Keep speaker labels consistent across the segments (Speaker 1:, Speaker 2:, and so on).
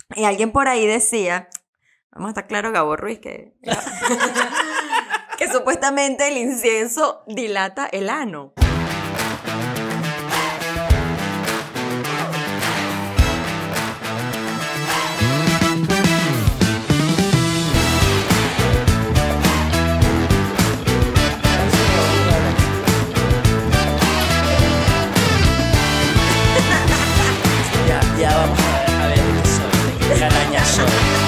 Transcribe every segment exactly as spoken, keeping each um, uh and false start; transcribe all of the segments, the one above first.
Speaker 1: Y alguien por ahí decía, vamos a estar claro, Gabo Ruiz, que, que supuestamente el incienso dilata el ano.
Speaker 2: Ya vamos a ver, a ver de qué soy, de qué caraña soy.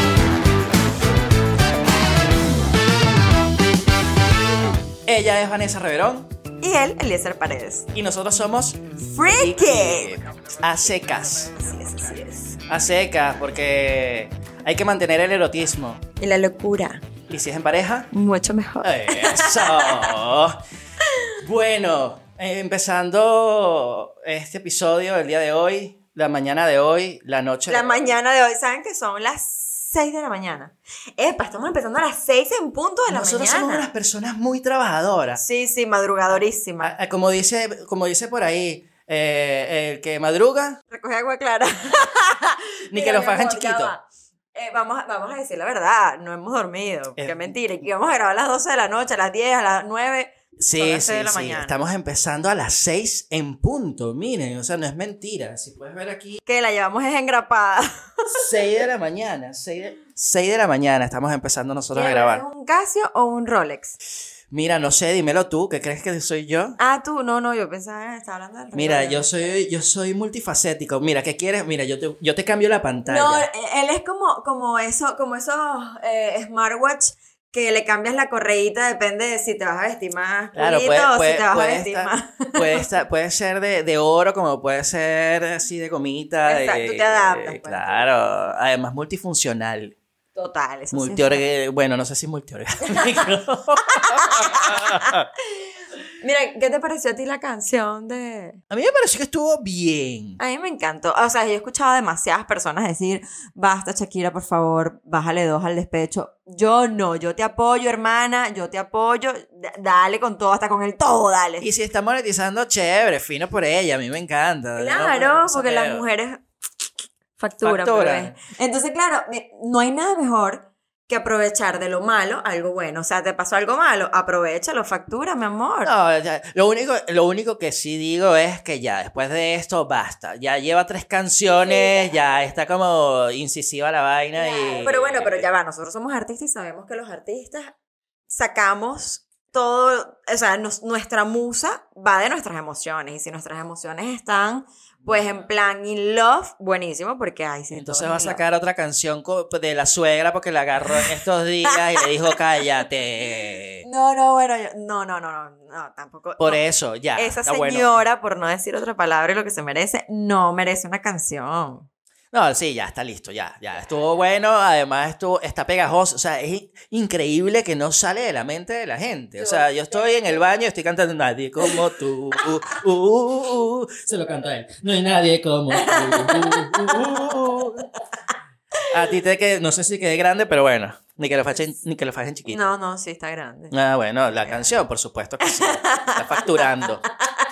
Speaker 2: Ella es Vanessa Reverón.
Speaker 1: Y él, Eliezer Paredes.
Speaker 2: Y nosotros somos
Speaker 1: Freaky.
Speaker 2: A secas.
Speaker 1: Así es, así es.
Speaker 2: A secas, porque hay que mantener el erotismo.
Speaker 1: Y la locura.
Speaker 2: ¿Y si es en pareja?
Speaker 1: Mucho mejor.
Speaker 2: Eso. Bueno, eh, empezando este episodio del día de hoy. La mañana de hoy, la noche
Speaker 1: La
Speaker 2: de
Speaker 1: mañana de hoy, ¿saben que son las seis de la mañana? Epa, estamos empezando a las seis en punto de la
Speaker 2: Nosotros
Speaker 1: mañana.
Speaker 2: somos unas personas muy trabajadoras.
Speaker 1: Sí, sí, madrugadorísima.
Speaker 2: Ah, ah, Como dice, como dice por ahí, eh, el que madruga,
Speaker 1: Recoge agua clara.
Speaker 2: ni
Speaker 1: Mira,
Speaker 2: que lo
Speaker 1: mi
Speaker 2: fajan
Speaker 1: amor, ya
Speaker 2: chiquito.
Speaker 1: va. Eh, vamos, a, vamos a decir la verdad, no hemos dormido.
Speaker 2: Eh.
Speaker 1: Qué mentira. Y íbamos a grabar a las doce de la noche, a las diez, a las nueve. Son
Speaker 2: Sí,
Speaker 1: las
Speaker 2: sí,
Speaker 1: seis de la
Speaker 2: sí.
Speaker 1: mañana.
Speaker 2: Estamos empezando a las seis en punto. Miren, o sea, no es mentira. Si puedes ver aquí,
Speaker 1: Que la llevamos es engrapada.
Speaker 2: seis de la mañana. seis de, seis de la mañana estamos empezando nosotros a grabar.
Speaker 1: ¿Es un Casio o un Rolex?
Speaker 2: Mira, no sé, dímelo tú, ¿qué crees que soy yo?
Speaker 1: Ah, tú, no, no, yo pensaba que estaba hablando del
Speaker 2: Mira,
Speaker 1: reloj.
Speaker 2: yo soy, yo soy multifacético. Mira, ¿qué quieres? Mira, yo te, yo te cambio la pantalla.
Speaker 1: No, él es como, como eso, como esos eh, smartwatch que le cambias la correíta, depende de si te vas a vestir más
Speaker 2: Claro,
Speaker 1: pulito
Speaker 2: puede,
Speaker 1: o
Speaker 2: puede,
Speaker 1: si te vas a
Speaker 2: puede
Speaker 1: vestir
Speaker 2: estar-
Speaker 1: más.
Speaker 2: puede, estar- puede ser de, de oro, como puede ser así de gomita.
Speaker 1: Exacto,
Speaker 2: de-
Speaker 1: tú te adaptas, pues.
Speaker 2: Claro, además multifuncional.
Speaker 1: Total, eso sí.
Speaker 2: Multiorgánico, bueno, no sé si multiorgánico.
Speaker 1: Mira, ¿qué te pareció a ti la canción de...?
Speaker 2: A mí me pareció que estuvo bien.
Speaker 1: A mí me encantó. O sea, yo he escuchado a demasiadas personas decir, basta Shakira, por favor, bájale dos al despecho. Yo no, yo te apoyo, hermana, yo te apoyo. D- dale con todo, hasta con el todo, dale.
Speaker 2: Y si está monetizando, chévere, fino por ella, a mí me encanta.
Speaker 1: Claro,
Speaker 2: No,
Speaker 1: porque las
Speaker 2: sapeo.
Speaker 1: mujeres facturan.
Speaker 2: Facturan.
Speaker 1: pues. Entonces, claro, me- no hay nada mejor que aprovechar de lo malo algo bueno. O sea, te pasó algo malo, aprovechalo, factura, mi amor.
Speaker 2: No, ya, lo único, lo único que sí digo es que ya, después de esto, basta. Ya lleva tres canciones,
Speaker 1: Sí,
Speaker 2: ya está como incisiva la vaina
Speaker 1: Claro,
Speaker 2: y...
Speaker 1: pero bueno, pero ya va, nosotros somos artistas y sabemos que los artistas sacamos todo, o sea, nos- nuestra musa va de nuestras emociones, y si nuestras emociones están, pues, en plan in love, buenísimo, porque ay, sí,
Speaker 2: Entonces
Speaker 1: todo
Speaker 2: va a
Speaker 1: es in love.
Speaker 2: sacar otra canción co- de la suegra porque la agarró en estos días y le dijo, cállate.
Speaker 1: No, no, bueno, yo- no, no, no, no, no, tampoco.
Speaker 2: Por
Speaker 1: no.
Speaker 2: eso, ya.
Speaker 1: Esa
Speaker 2: está bueno.
Speaker 1: señora, por no decir otra palabra y lo que se merece, no merece una canción.
Speaker 2: No, sí, ya está listo, ya, ya. Estuvo bueno, además estuvo, está pegajoso. O sea, es in- increíble que no sale de la mente de la gente. O sea, yo estoy en el baño y estoy cantando Nadie como tú. Uh, uh, uh, uh. Se lo canta él. No hay nadie como tú. Uh, uh, uh. A ti te quedé, no sé si quedé grande, pero bueno, ni que lo fajen, ni que lo fajen chiquito.
Speaker 1: No, no, sí está grande.
Speaker 2: Ah, bueno, la canción, por supuesto que sí. Está facturando.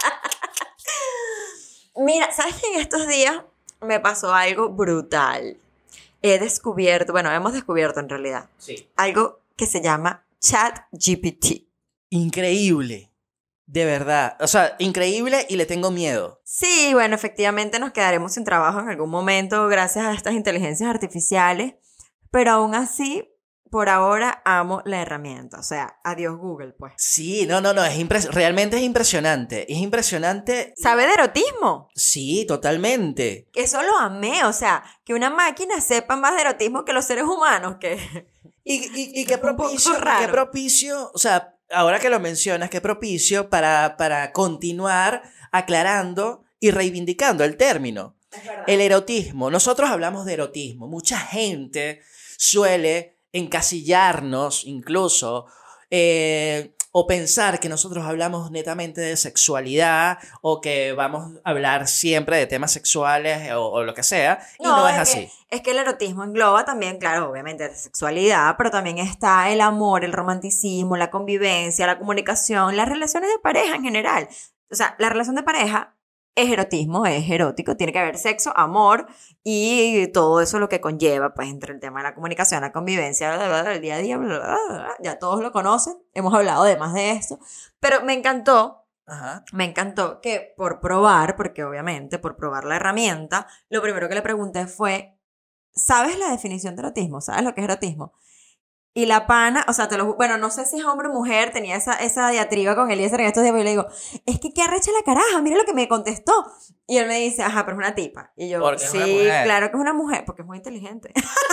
Speaker 1: Mira, ¿sabes que en estos días me pasó algo brutal? He descubierto, bueno, hemos descubierto en realidad,
Speaker 2: Sí.
Speaker 1: algo que se llama ChatGPT.
Speaker 2: Increíble. De verdad. O sea, increíble y le tengo miedo.
Speaker 1: Sí, bueno, efectivamente nos quedaremos sin trabajo en algún momento gracias a estas inteligencias artificiales, pero aún así, por ahora amo la herramienta. O sea, adiós Google, pues.
Speaker 2: Sí, no, no, no, es impres- realmente es impresionante. Es impresionante.
Speaker 1: ¿Sabe de erotismo?
Speaker 2: Sí, totalmente.
Speaker 1: Eso lo amé, o sea, que una máquina sepa más de erotismo que los seres humanos, que...
Speaker 2: Y, y, y qué
Speaker 1: Un poco
Speaker 2: propicio,
Speaker 1: raro.
Speaker 2: qué propicio, o sea, ahora que lo mencionas, qué propicio para, para continuar aclarando y reivindicando el término.
Speaker 1: Es verdad.
Speaker 2: El erotismo. Nosotros hablamos de erotismo. Mucha gente suele encasillarnos incluso eh, o pensar que nosotros hablamos netamente de sexualidad o que vamos a hablar siempre de temas sexuales o, o lo que sea, y no, es
Speaker 1: que-
Speaker 2: así.
Speaker 1: es que el erotismo engloba también, claro, obviamente, la sexualidad, pero también está el amor, el romanticismo, la convivencia, la comunicación, las relaciones de pareja en general. O sea, la relación de pareja es erotismo, es erótico, tiene que haber sexo, amor y todo eso lo que conlleva, pues entre el tema de la comunicación, la convivencia, bla, bla, bla, el día a día, bla, bla, bla, bla, ya todos lo conocen, hemos hablado de más de esto, pero me encantó,
Speaker 2: Ajá.
Speaker 1: me encantó que por probar, porque obviamente por probar la herramienta, lo primero que le pregunté fue, ¿sabes la definición de erotismo? ¿Sabes lo que es erotismo? Y la pana, o sea, te lo ju- bueno, no sé si es hombre o mujer, tenía esa, esa diatriba con Eliezer en estos días, y le digo, es que qué arrecha la caraja, mira lo que me contestó. Y él me dice, ajá, pero es una tipa. Y yo,
Speaker 2: Porque es una
Speaker 1: sí,
Speaker 2: mujer.
Speaker 1: claro que es una mujer, porque es muy inteligente.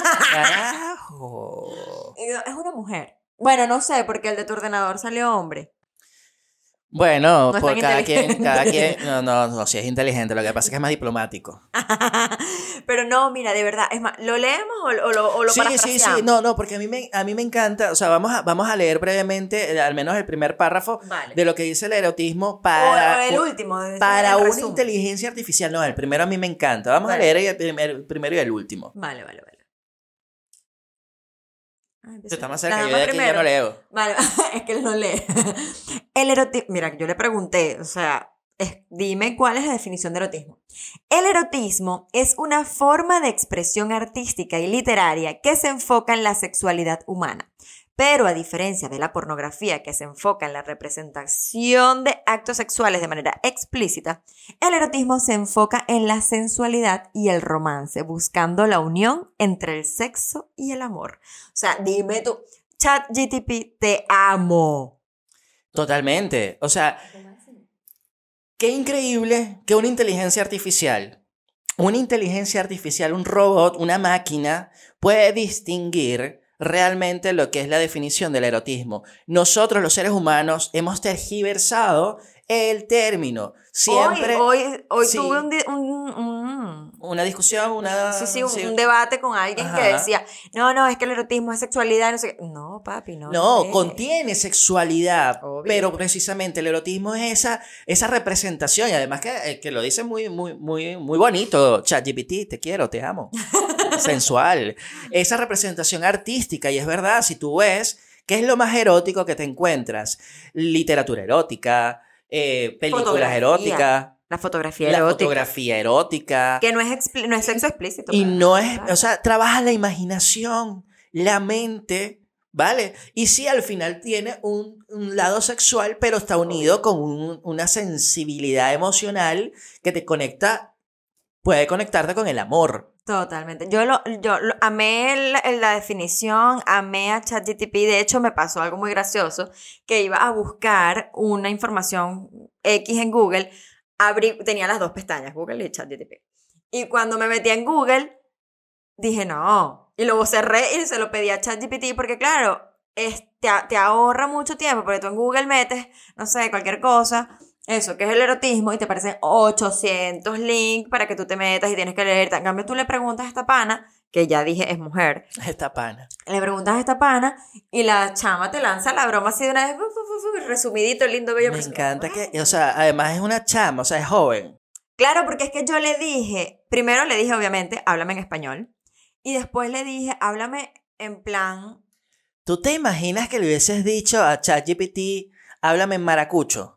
Speaker 2: Carajo.
Speaker 1: Y yo, es una mujer. Bueno, no sé, porque el de tu ordenador salió hombre.
Speaker 2: Bueno,
Speaker 1: No es
Speaker 2: por
Speaker 1: tan
Speaker 2: cada quien,
Speaker 1: inteligente.
Speaker 2: cada quien, no, no, no, sí es inteligente, lo que pasa es que es más diplomático.
Speaker 1: Pero no, mira, de verdad, es más, ¿lo leemos o, o lo, o lo
Speaker 2: Sí, sí,
Speaker 1: parafraseamos?
Speaker 2: sí, no, no, porque a mí me, a mí me encanta, o sea, vamos a, vamos a leer brevemente, eh, al menos el primer párrafo
Speaker 1: Vale.
Speaker 2: de lo que dice el erotismo
Speaker 1: O,
Speaker 2: para,
Speaker 1: o el
Speaker 2: u-
Speaker 1: último. de-
Speaker 2: para
Speaker 1: el
Speaker 2: una
Speaker 1: resumen.
Speaker 2: inteligencia artificial. No, el primero a mí me encanta. Vamos
Speaker 1: Vale.
Speaker 2: a leer el, primer- el primero y el último.
Speaker 1: Vale, vale, vale. Ah,
Speaker 2: Tú
Speaker 1: empieza.
Speaker 2: estás más
Speaker 1: La
Speaker 2: cerca, yo
Speaker 1: dama
Speaker 2: de aquí ya
Speaker 1: primero.
Speaker 2: no leo.
Speaker 1: Vale, es que él no lee. El erotismo, mira, yo le pregunté, o sea, es- dime cuál es la definición de erotismo. El erotismo es una forma de expresión artística y literaria que se enfoca en la sexualidad humana. Pero a diferencia de la pornografía que se enfoca en la representación de actos sexuales de manera explícita, el erotismo se enfoca en la sensualidad y el romance, buscando la unión entre el sexo y el amor. O sea, dime tú, ChatGPT, te amo.
Speaker 2: Totalmente. O sea, qué increíble que una inteligencia artificial, una inteligencia artificial, un robot, una máquina, puede distinguir realmente lo que es la definición del erotismo. Nosotros, los seres humanos, hemos tergiversado el término. Siempre
Speaker 1: Hoy, hoy, hoy
Speaker 2: sí,
Speaker 1: tuve un, di- un- un-
Speaker 2: una discusión, una...
Speaker 1: sí, sí, un,
Speaker 2: sí.
Speaker 1: un debate con alguien que
Speaker 2: Ajá.
Speaker 1: decía, no, no, es que el erotismo es sexualidad, no sé qué. No, papi, no.
Speaker 2: No,
Speaker 1: es.
Speaker 2: contiene sexualidad,
Speaker 1: Obvio.
Speaker 2: pero precisamente el erotismo es esa, esa representación y además que, eh, que lo dice muy, muy, muy, muy bonito. ChatGPT, te quiero, te amo. Sensual. Esa representación artística y es verdad, si tú ves, ¿qué es lo más erótico que te encuentras? Literatura erótica, eh, películas
Speaker 1: Fotografía.
Speaker 2: eróticas,
Speaker 1: La fotografía
Speaker 2: la
Speaker 1: erótica.
Speaker 2: fotografía erótica.
Speaker 1: Que no es, expli- no es sexo explícito.
Speaker 2: Y
Speaker 1: para
Speaker 2: no
Speaker 1: nada,
Speaker 2: es,
Speaker 1: claro.
Speaker 2: o sea, trabaja la imaginación, la mente, ¿vale? Y sí, al final tiene un, un lado sexual, pero está unido con un- una sensibilidad emocional que te conecta, puede conectarte con el amor.
Speaker 1: Totalmente. Yo lo, yo lo- amé el- el- la definición, amé a ChatGPT. De hecho, me pasó algo muy gracioso, que iba a buscar una información X en Google. Abrí, tenía las dos pestañas, Google y ChatGPT. Y cuando me metí en Google, dije, no. Y luego cerré y se lo pedí a ChatGPT porque, claro, es- te, a- te ahorra mucho tiempo, porque tú en Google metes, no sé, cualquier cosa, eso, que es el erotismo, y te aparecen ochocientos links para que tú te metas y tienes que leer. En cambio, tú le preguntas a esta pana, que ya dije es mujer,
Speaker 2: Esta pana.
Speaker 1: le preguntas a esta pana y la chama te lanza la broma así de una vez, fu, fu, fu, fu, resumidito, lindo, bello.
Speaker 2: Me
Speaker 1: presu-
Speaker 2: encanta que, o sea, además es una chama, o sea, es joven.
Speaker 1: Claro, porque es que yo le dije, primero le dije, obviamente, háblame en español, y después le dije, háblame en plan...
Speaker 2: ¿Tú te imaginas que le hubieses dicho a ChatGPT, háblame en maracucho?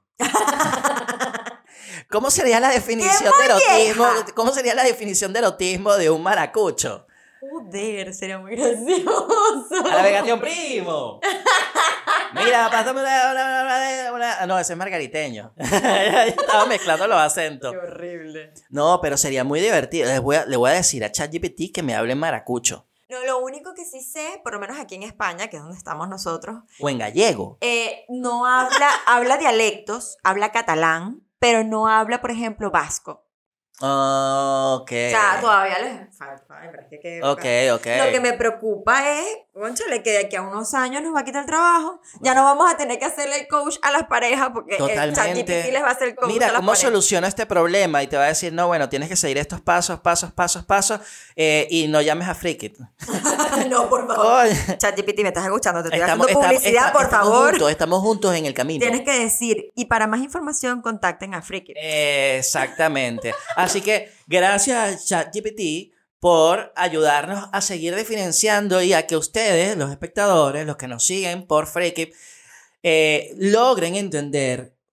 Speaker 2: ¿Cómo sería la definición de erotismo?
Speaker 1: molleja!
Speaker 2: ¿Cómo sería la definición de erotismo de un maracucho?
Speaker 1: Joder, sería muy gracioso.
Speaker 2: A la vegación primo. Mira, pásame una, una, una, una- No, ese es margariteño. Estaba mezclando los acentos.
Speaker 1: Qué horrible.
Speaker 2: No, pero sería muy divertido. Le voy a, le voy a decir a ChatGPT que me hable en maracucho.
Speaker 1: No, lo único que sí sé, por lo menos aquí en España, que es donde estamos nosotros,
Speaker 2: O en gallego.
Speaker 1: eh, no habla, habla dialectos, habla catalán, pero no habla, por ejemplo, vasco.
Speaker 2: Ok.
Speaker 1: O sea, todavía les falta. Ay, pero es que qué-
Speaker 2: Ok, ok.
Speaker 1: Lo que me preocupa es, cónchale, que de aquí a unos años nos va a quitar el trabajo. Ya no vamos a tener que hacerle el coach a las parejas porque el
Speaker 2: Totalmente.
Speaker 1: ChatGPT les va a hacer el coach a
Speaker 2: Mira,
Speaker 1: las
Speaker 2: ¿cómo
Speaker 1: parejas.
Speaker 2: soluciono este problema? Y te va a decir, no, bueno, tienes que seguir estos pasos, pasos, pasos, pasos, eh, y no llames a Freakit.
Speaker 1: No, por favor.
Speaker 2: Oye,
Speaker 1: ChatGPT, me estás escuchando, te estoy
Speaker 2: estamos,
Speaker 1: haciendo
Speaker 2: estamos-
Speaker 1: publicidad,
Speaker 2: esta-
Speaker 1: por
Speaker 2: estamos
Speaker 1: favor.
Speaker 2: juntos, estamos juntos en el camino.
Speaker 1: Tienes que decir, y para más información, contacten a Freaky.
Speaker 2: Exactamente. Así que gracias ChatGPT por ayudarnos a seguir diferenciando y a que ustedes, los espectadores, los que nos siguen por Freaky, eh, logren entender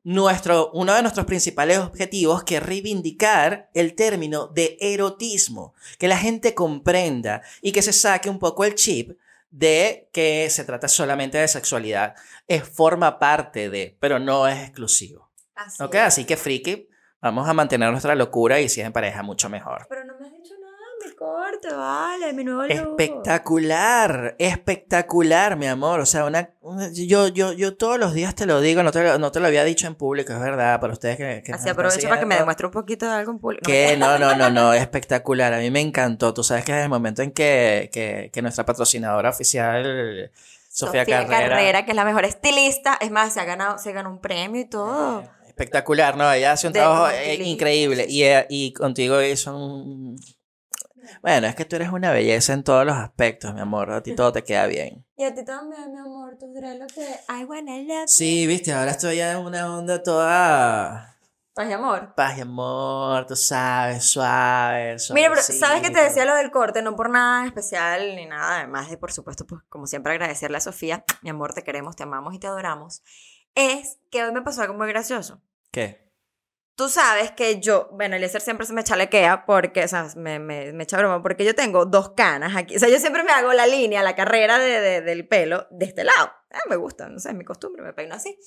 Speaker 2: nuestro, uno de nuestros principales objetivos, que es reivindicar el término de erotismo, que la gente comprenda y que se saque un poco el chip de que se trata solamente de sexualidad. Es, forma parte de, pero no es exclusivo.
Speaker 1: Así
Speaker 2: ¿Ok?
Speaker 1: es.
Speaker 2: Así que, friki, vamos a mantener nuestra locura y si es en pareja, mucho mejor.
Speaker 1: Pero no me has dicho nada, mi corte, vale, mi nuevo look.
Speaker 2: Espectacular, espectacular, mi amor. O sea, una, una- yo, yo, yo todos los días te lo digo, no te lo, no te lo había dicho en público, es verdad, para ustedes que, que nos
Speaker 1: Así
Speaker 2: están
Speaker 1: aprovecho para que me
Speaker 2: siguiendo.
Speaker 1: demuestre un poquito de algo en público.
Speaker 2: Que no, no, no, no, espectacular. A mí me encantó. Tú sabes que desde el momento en que, que, que nuestra patrocinadora oficial, Sofía, Carrera,
Speaker 1: que es la mejor estilista. Es más, se ha ganado, se ganó un premio y todo.
Speaker 2: espectacular, ¿no? Ella hace un
Speaker 1: De-
Speaker 2: trabajo
Speaker 1: como
Speaker 2: eh,
Speaker 1: estilista.
Speaker 2: increíble. Y, eh, y contigo hizo un... Bueno, es que tú eres una belleza en todos los aspectos, mi amor. A ti todo te queda bien.
Speaker 1: Y a ti también, mi amor, tú dirás lo que I wanna love.
Speaker 2: Sí, viste, ahora estoy ya en una onda toda...
Speaker 1: Paz y amor.
Speaker 2: Paz y amor, tú sabes, suave,
Speaker 1: Mira, pero ¿sabes que te
Speaker 2: suavecito.
Speaker 1: decía lo del corte? No por nada especial ni nada, además de, por supuesto, pues como siempre agradecerle a Sofía, mi amor, te queremos, te amamos y te adoramos, es que hoy me pasó algo muy gracioso.
Speaker 2: ¿Qué?
Speaker 1: Tú sabes que yo, bueno, Eliezer siempre se me chalequea porque, o sea, me, me, me echa broma, porque yo tengo dos canas aquí. O sea, yo siempre me hago la línea, la carrera de, de- del pelo de este lado. Ah, me gusta, no sé, es mi costumbre, me peino así.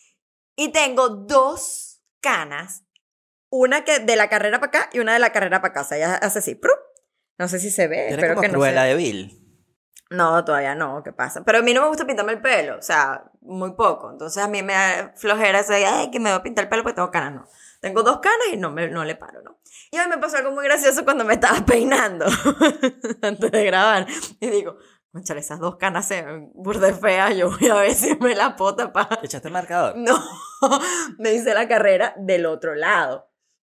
Speaker 1: Y tengo dos canas, una que de la carrera para acá y una de la carrera para acá. O sea, ella hace así, ¡prup! No sé si se ve,
Speaker 2: Eres
Speaker 1: espero
Speaker 2: como
Speaker 1: que no
Speaker 2: Cruella
Speaker 1: se...
Speaker 2: de Vil.
Speaker 1: No, todavía no, ¿qué pasa? Pero a mí no me gusta pintarme el pelo, o sea, muy poco. Entonces a mí me da flojera eso de, ay, que me voy a pintar el pelo porque tengo canas, no. Tengo dos canas y no, me, no le paro, ¿no? Y hoy me pasó algo muy gracioso cuando me estaba peinando antes de grabar. Y digo, conchale, esas dos canas se ven burde feas, yo voy a ver si me la puedo tapar.
Speaker 2: ¿Te echaste marcador?
Speaker 1: No, me hice la carrera del otro lado.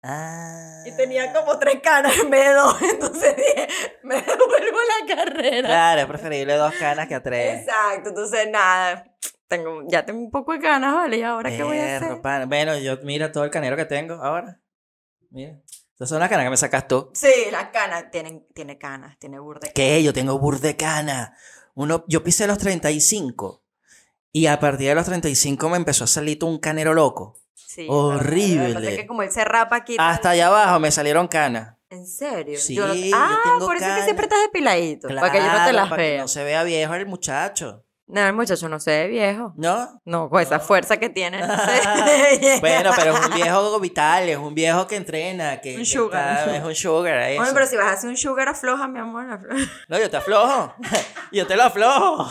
Speaker 2: Ah.
Speaker 1: Y tenía como tres canas en vez de dos, entonces dije, me devuelvo la carrera.
Speaker 2: Claro, es preferible dos canas que a tres.
Speaker 1: Exacto, entonces nada, tengo, ya tengo un poco de ganas, ¿vale? ¿Y ahora qué voy a
Speaker 2: Perro,
Speaker 1: hacer?
Speaker 2: pana. Bueno, yo mira todo el canero que tengo ahora. Mira. Estas son las canas que me sacas tú.
Speaker 1: Sí, las canas, tienen, tiene canas, tiene burda.
Speaker 2: ¿Qué? Yo tengo burde cana. Uno, yo pisé los treinta y cinco. Y a partir de los treinta y cinco me empezó a salir todo un canero loco.
Speaker 1: Sí,
Speaker 2: horrible.
Speaker 1: Lo que pasa es que como él se rapa aquí.
Speaker 2: Hasta allá abajo me salieron canas.
Speaker 1: ¿En serio?
Speaker 2: Sí,
Speaker 1: Yo no-
Speaker 2: yo
Speaker 1: ah,
Speaker 2: tengo
Speaker 1: por eso es que
Speaker 2: canas.
Speaker 1: siempre estás depiladito. para que yo no te
Speaker 2: Claro,
Speaker 1: las
Speaker 2: para que
Speaker 1: vea.
Speaker 2: no se vea viejo el muchacho.
Speaker 1: No, el muchacho no se ve viejo.
Speaker 2: ¿No?
Speaker 1: No, con esa fuerza que tiene. No sé.
Speaker 2: Bueno, pero es un viejo vital, es un viejo que entrena, que,
Speaker 1: Un
Speaker 2: que
Speaker 1: sugar.
Speaker 2: está- es un sugar. Eso.
Speaker 1: Bueno, pero si vas a hacer un sugar, afloja, mi amor. afloja.
Speaker 2: No, yo te aflojo. Yo te lo aflojo.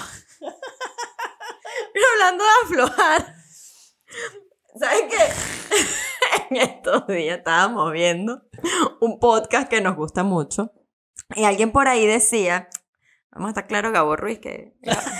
Speaker 1: Pero hablando de aflojar, ¿sabes qué? En estos días estábamos viendo un podcast que nos gusta mucho y alguien por ahí decía, vamos a estar claro, Gabo Ruiz, que,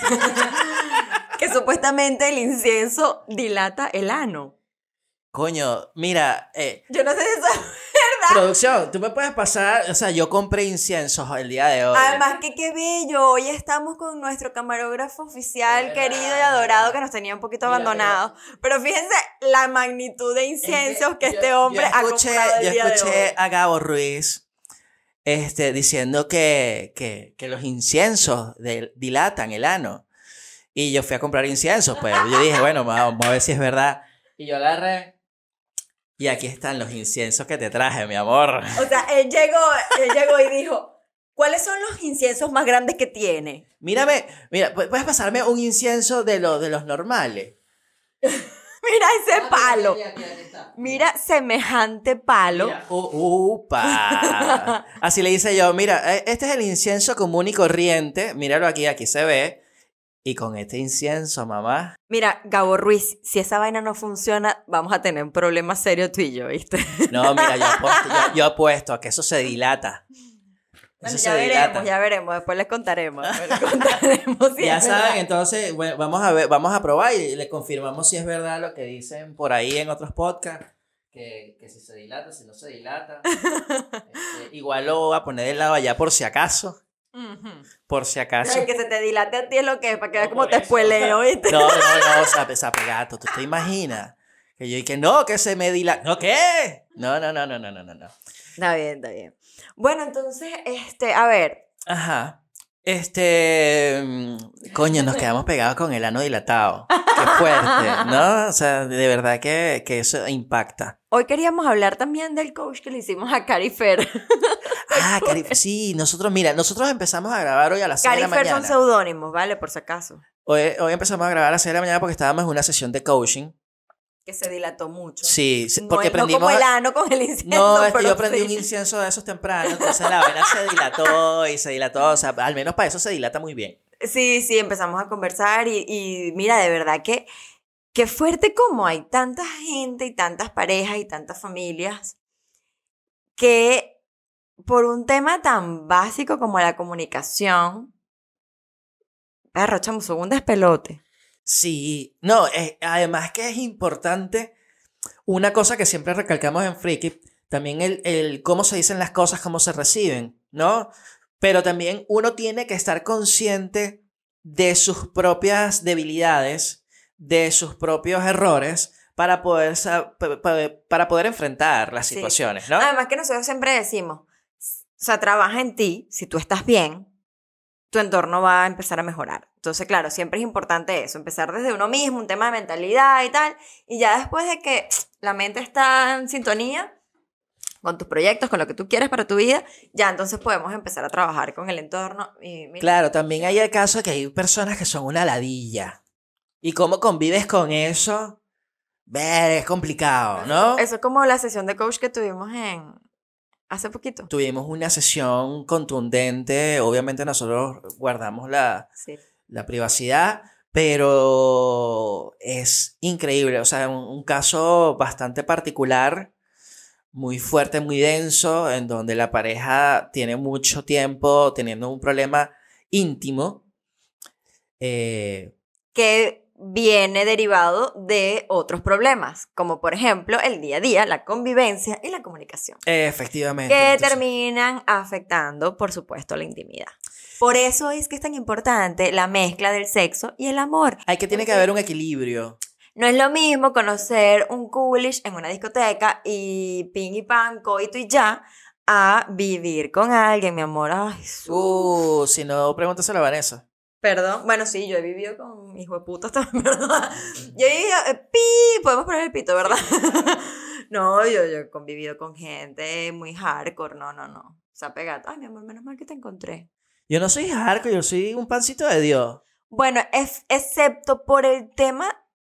Speaker 1: que supuestamente el incienso dilata el ano.
Speaker 2: Coño, mira, eh,
Speaker 1: Yo no sé si eso es verdad.
Speaker 2: producción, tú me puedes pasar, o sea, yo compré inciensos el día de hoy.
Speaker 1: Además que qué bello, hoy estamos con nuestro camarógrafo oficial,
Speaker 2: Es
Speaker 1: querido y
Speaker 2: verdad,
Speaker 1: adorado,
Speaker 2: es
Speaker 1: que nos tenía un poquito
Speaker 2: Mira,
Speaker 1: abandonado. Pero fíjense la magnitud de inciensos que,
Speaker 2: yo-
Speaker 1: este hombre
Speaker 2: yo
Speaker 1: ha
Speaker 2: escuché,
Speaker 1: comprado el
Speaker 2: yo
Speaker 1: día de
Speaker 2: escuché
Speaker 1: hoy.
Speaker 2: a Gabo Ruiz este, diciendo que, que, que los inciensos del- dilatan el ano. Y yo fui a comprar inciensos, pues. Yo dije, bueno, vamos a ver si es verdad. Y yo agarré. Y aquí están los inciensos que te traje, mi amor.
Speaker 1: O sea, él llegó, él llegó y dijo, ¿cuáles son los inciensos más grandes que tiene?
Speaker 2: Mírame, mira, pu- puedes pasarme un incienso de, lo, de los normales.
Speaker 1: Mira ese palo. Mira semejante palo.
Speaker 2: Mira, u- upa. Así le hice yo, mira, eh, este es el incienso común y corriente. Míralo aquí, aquí se ve. Y con este incienso, mamá.
Speaker 1: Mira, Gabo Ruiz, si esa vaina no funciona, vamos a tener un problema serio tú y yo, ¿viste?
Speaker 2: No, mira, yo apuesto, yo, yo apuesto a que eso se dilata. Eso
Speaker 1: Bueno,
Speaker 2: se
Speaker 1: ya
Speaker 2: dilata.
Speaker 1: veremos, ya veremos, después les contaremos. después les contaremos si
Speaker 2: Ya
Speaker 1: es
Speaker 2: saben,
Speaker 1: verdad.
Speaker 2: entonces, bueno, vamos a ver, vamos a probar y le confirmamos si es verdad lo que dicen por ahí en otros podcasts. Que, que si se dilata, si no se dilata. Este, igual lo voy a poner de lado allá por si acaso.
Speaker 1: Ujú.
Speaker 2: Por si acaso.
Speaker 1: Ay, que se te dilate a ti es lo que es, para que
Speaker 2: No,
Speaker 1: veas cómo
Speaker 2: por
Speaker 1: te
Speaker 2: eso.
Speaker 1: spoileo, ¿viste?
Speaker 2: No, no, no, sape, sape gato, ¿tú te imaginas? Que yo y que no, que se me dilata. ¿No qué? No, no, no, no, no, no, no.
Speaker 1: Está bien, está bien. Bueno, entonces, este, a ver,
Speaker 2: Ajá. Este. mm, Coño, nos quedamos pegados con el ano dilatado. qué fuerte, ¿no? O sea, de verdad que, que eso impacta.
Speaker 1: Hoy queríamos hablar también del coach que le hicimos a Cari Fer.
Speaker 2: Ah, Cari, sí, nosotros, mira, nosotros empezamos a grabar hoy a las seis de
Speaker 1: Cari
Speaker 2: la
Speaker 1: Fer son
Speaker 2: mañana.
Speaker 1: seudónimos, ¿vale? Por si acaso.
Speaker 2: Hoy, hoy empezamos a grabar a las seis de la mañana porque estábamos en una sesión de coaching.
Speaker 1: Que se dilató mucho.
Speaker 2: Sí, sí,
Speaker 1: No
Speaker 2: porque
Speaker 1: es- no,
Speaker 2: prendimos...
Speaker 1: como el ano con el incienso.
Speaker 2: No, es que
Speaker 1: pero
Speaker 2: yo prendí
Speaker 1: sí.
Speaker 2: un incienso de esos temprano, entonces la vena se dilató y se dilató, o sea, al menos para eso se dilata muy bien.
Speaker 1: Sí, sí, empezamos a conversar y, y mira, de verdad que qué fuerte como hay tanta gente y tantas parejas y tantas familias que por un tema tan básico como la comunicación, perro, chamo, son un despelote.
Speaker 2: Sí, no, eh, además que es importante una cosa que siempre recalcamos en Friki, también el, el cómo se dicen las cosas, cómo se reciben, ¿no? Pero también uno tiene que estar consciente de sus propias debilidades, de sus propios errores, para poder, sa- pa- pa- para poder enfrentar las
Speaker 1: Sí.
Speaker 2: situaciones, ¿no?
Speaker 1: Además que nosotros siempre decimos, o sea, trabaja en ti, si tú estás bien, tu entorno va a empezar a mejorar. Entonces, claro, siempre es importante eso, empezar desde uno mismo, un tema de mentalidad y tal, y ya después de que la mente está en sintonía con tus proyectos, con lo que tú quieres para tu vida, ya entonces podemos empezar a trabajar con el entorno. Y mira,
Speaker 2: Claro, también hay el caso de que hay personas que son una ladilla. ¿Y cómo convives con eso? Ver, es complicado, ¿no?
Speaker 1: eso es como la sesión de coach que tuvimos en hace poquito.
Speaker 2: Tuvimos una sesión contundente, obviamente nosotros guardamos la,
Speaker 1: Sí.
Speaker 2: la privacidad, pero es increíble, o sea, un, un caso bastante particular, muy fuerte, muy denso, en donde la pareja tiene mucho tiempo teniendo un problema íntimo. Eh,
Speaker 1: Que viene derivado de otros problemas, como por ejemplo el día a día, la convivencia y la comunicación,
Speaker 2: efectivamente.
Speaker 1: que
Speaker 2: entonces-
Speaker 1: terminan afectando, por supuesto, la intimidad. Por eso es que es tan importante la mezcla del sexo y el amor.
Speaker 2: Hay que tiene que haber un equilibrio.
Speaker 1: No es lo mismo conocer un coolish en una discoteca y ping y pan, coito y ya, a vivir con alguien, mi amor. Ay, su-
Speaker 2: Uh, si no, pregúntaselo a Vanessa.
Speaker 1: Perdón. Bueno, sí, yo he vivido con hijo de putas también, ¿verdad? Yo he vivido... eh, pi, podemos poner el pito, ¿verdad? No, yo, yo he convivido con gente muy hardcore. No, no, no. O sea, pegado. Ay, mi amor, menos mal que te encontré.
Speaker 2: Yo no soy hardcore, yo soy un pancito de Dios.
Speaker 1: Bueno, es, excepto por el tema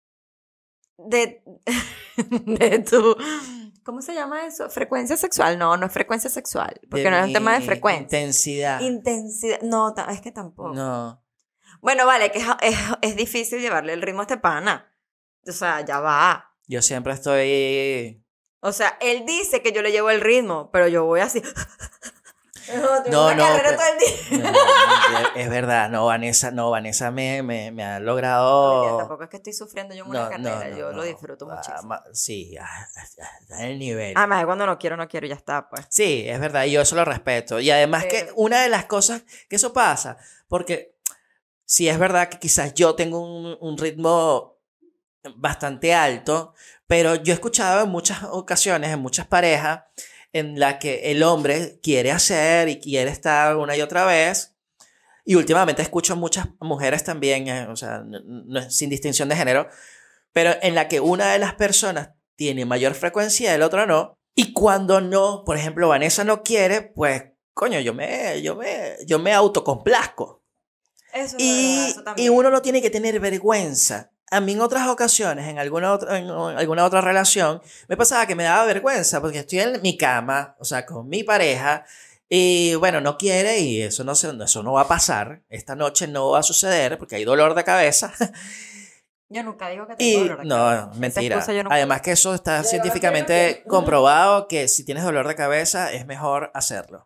Speaker 1: de, de tu... ¿Cómo se llama eso? ¿Frecuencia sexual? No, no es frecuencia sexual. Porque
Speaker 2: De
Speaker 1: no es un
Speaker 2: mi
Speaker 1: tema de frecuencia.
Speaker 2: Intensidad.
Speaker 1: Intensidad. No, ta- es que tampoco.
Speaker 2: No.
Speaker 1: Bueno, vale, que es, es, es difícil llevarle el ritmo a este pana. O sea, ya va.
Speaker 2: Yo siempre estoy.
Speaker 1: O sea, él dice que yo le llevo el ritmo, pero yo voy así. No, tengo
Speaker 2: No,
Speaker 1: una
Speaker 2: no,
Speaker 1: carrera
Speaker 2: pero-
Speaker 1: todo el día.
Speaker 2: No, es- es verdad, no, Vanessa, no, Vanessa me, me, me ha
Speaker 1: No,
Speaker 2: logrado.
Speaker 1: mentira, tampoco es que estoy sufriendo yo en una
Speaker 2: No, no,
Speaker 1: carrera,
Speaker 2: no,
Speaker 1: yo
Speaker 2: no.
Speaker 1: lo disfruto
Speaker 2: Ah,
Speaker 1: muchísimo.
Speaker 2: ma- sí, ah, ah, está en el nivel.
Speaker 1: Además, cuando no quiero, no quiero, y ya está, pues.
Speaker 2: Sí, es verdad, y yo eso lo respeto. Y además que
Speaker 1: Pero-
Speaker 2: una de las cosas que eso pasa, porque sí es verdad que quizás yo tengo un, un ritmo bastante alto, pero yo he escuchado en muchas ocasiones, en muchas parejas, en la que el hombre quiere hacer y quiere estar una y otra vez. Y últimamente escucho muchas mujeres también, eh, o sea, no- no es sin distinción de género, pero en la que una de las personas tiene mayor frecuencia y el otro no. Y cuando no, por ejemplo, Vanessa no quiere, pues, coño, yo me, yo me, yo me autocomplazco.
Speaker 1: Eso es
Speaker 2: Y,
Speaker 1: verdad, eso
Speaker 2: y
Speaker 1: también.
Speaker 2: uno no tiene que tener vergüenza. A mí en otras ocasiones, en alguna otra, en alguna otra relación, me pasaba que me daba vergüenza porque estoy en mi cama, o sea, con mi pareja, y bueno, no quiere y eso no, se, eso no va a pasar. Esta noche no va a suceder porque hay dolor de cabeza.
Speaker 1: Yo nunca digo que tengo
Speaker 2: Y
Speaker 1: dolor de
Speaker 2: no,
Speaker 1: cabeza. Esa
Speaker 2: mentira.
Speaker 1: excusa yo nunca-
Speaker 2: Además que eso está
Speaker 1: Ya,
Speaker 2: científicamente
Speaker 1: ya, ya.
Speaker 2: comprobado que si tienes dolor de cabeza es mejor hacerlo.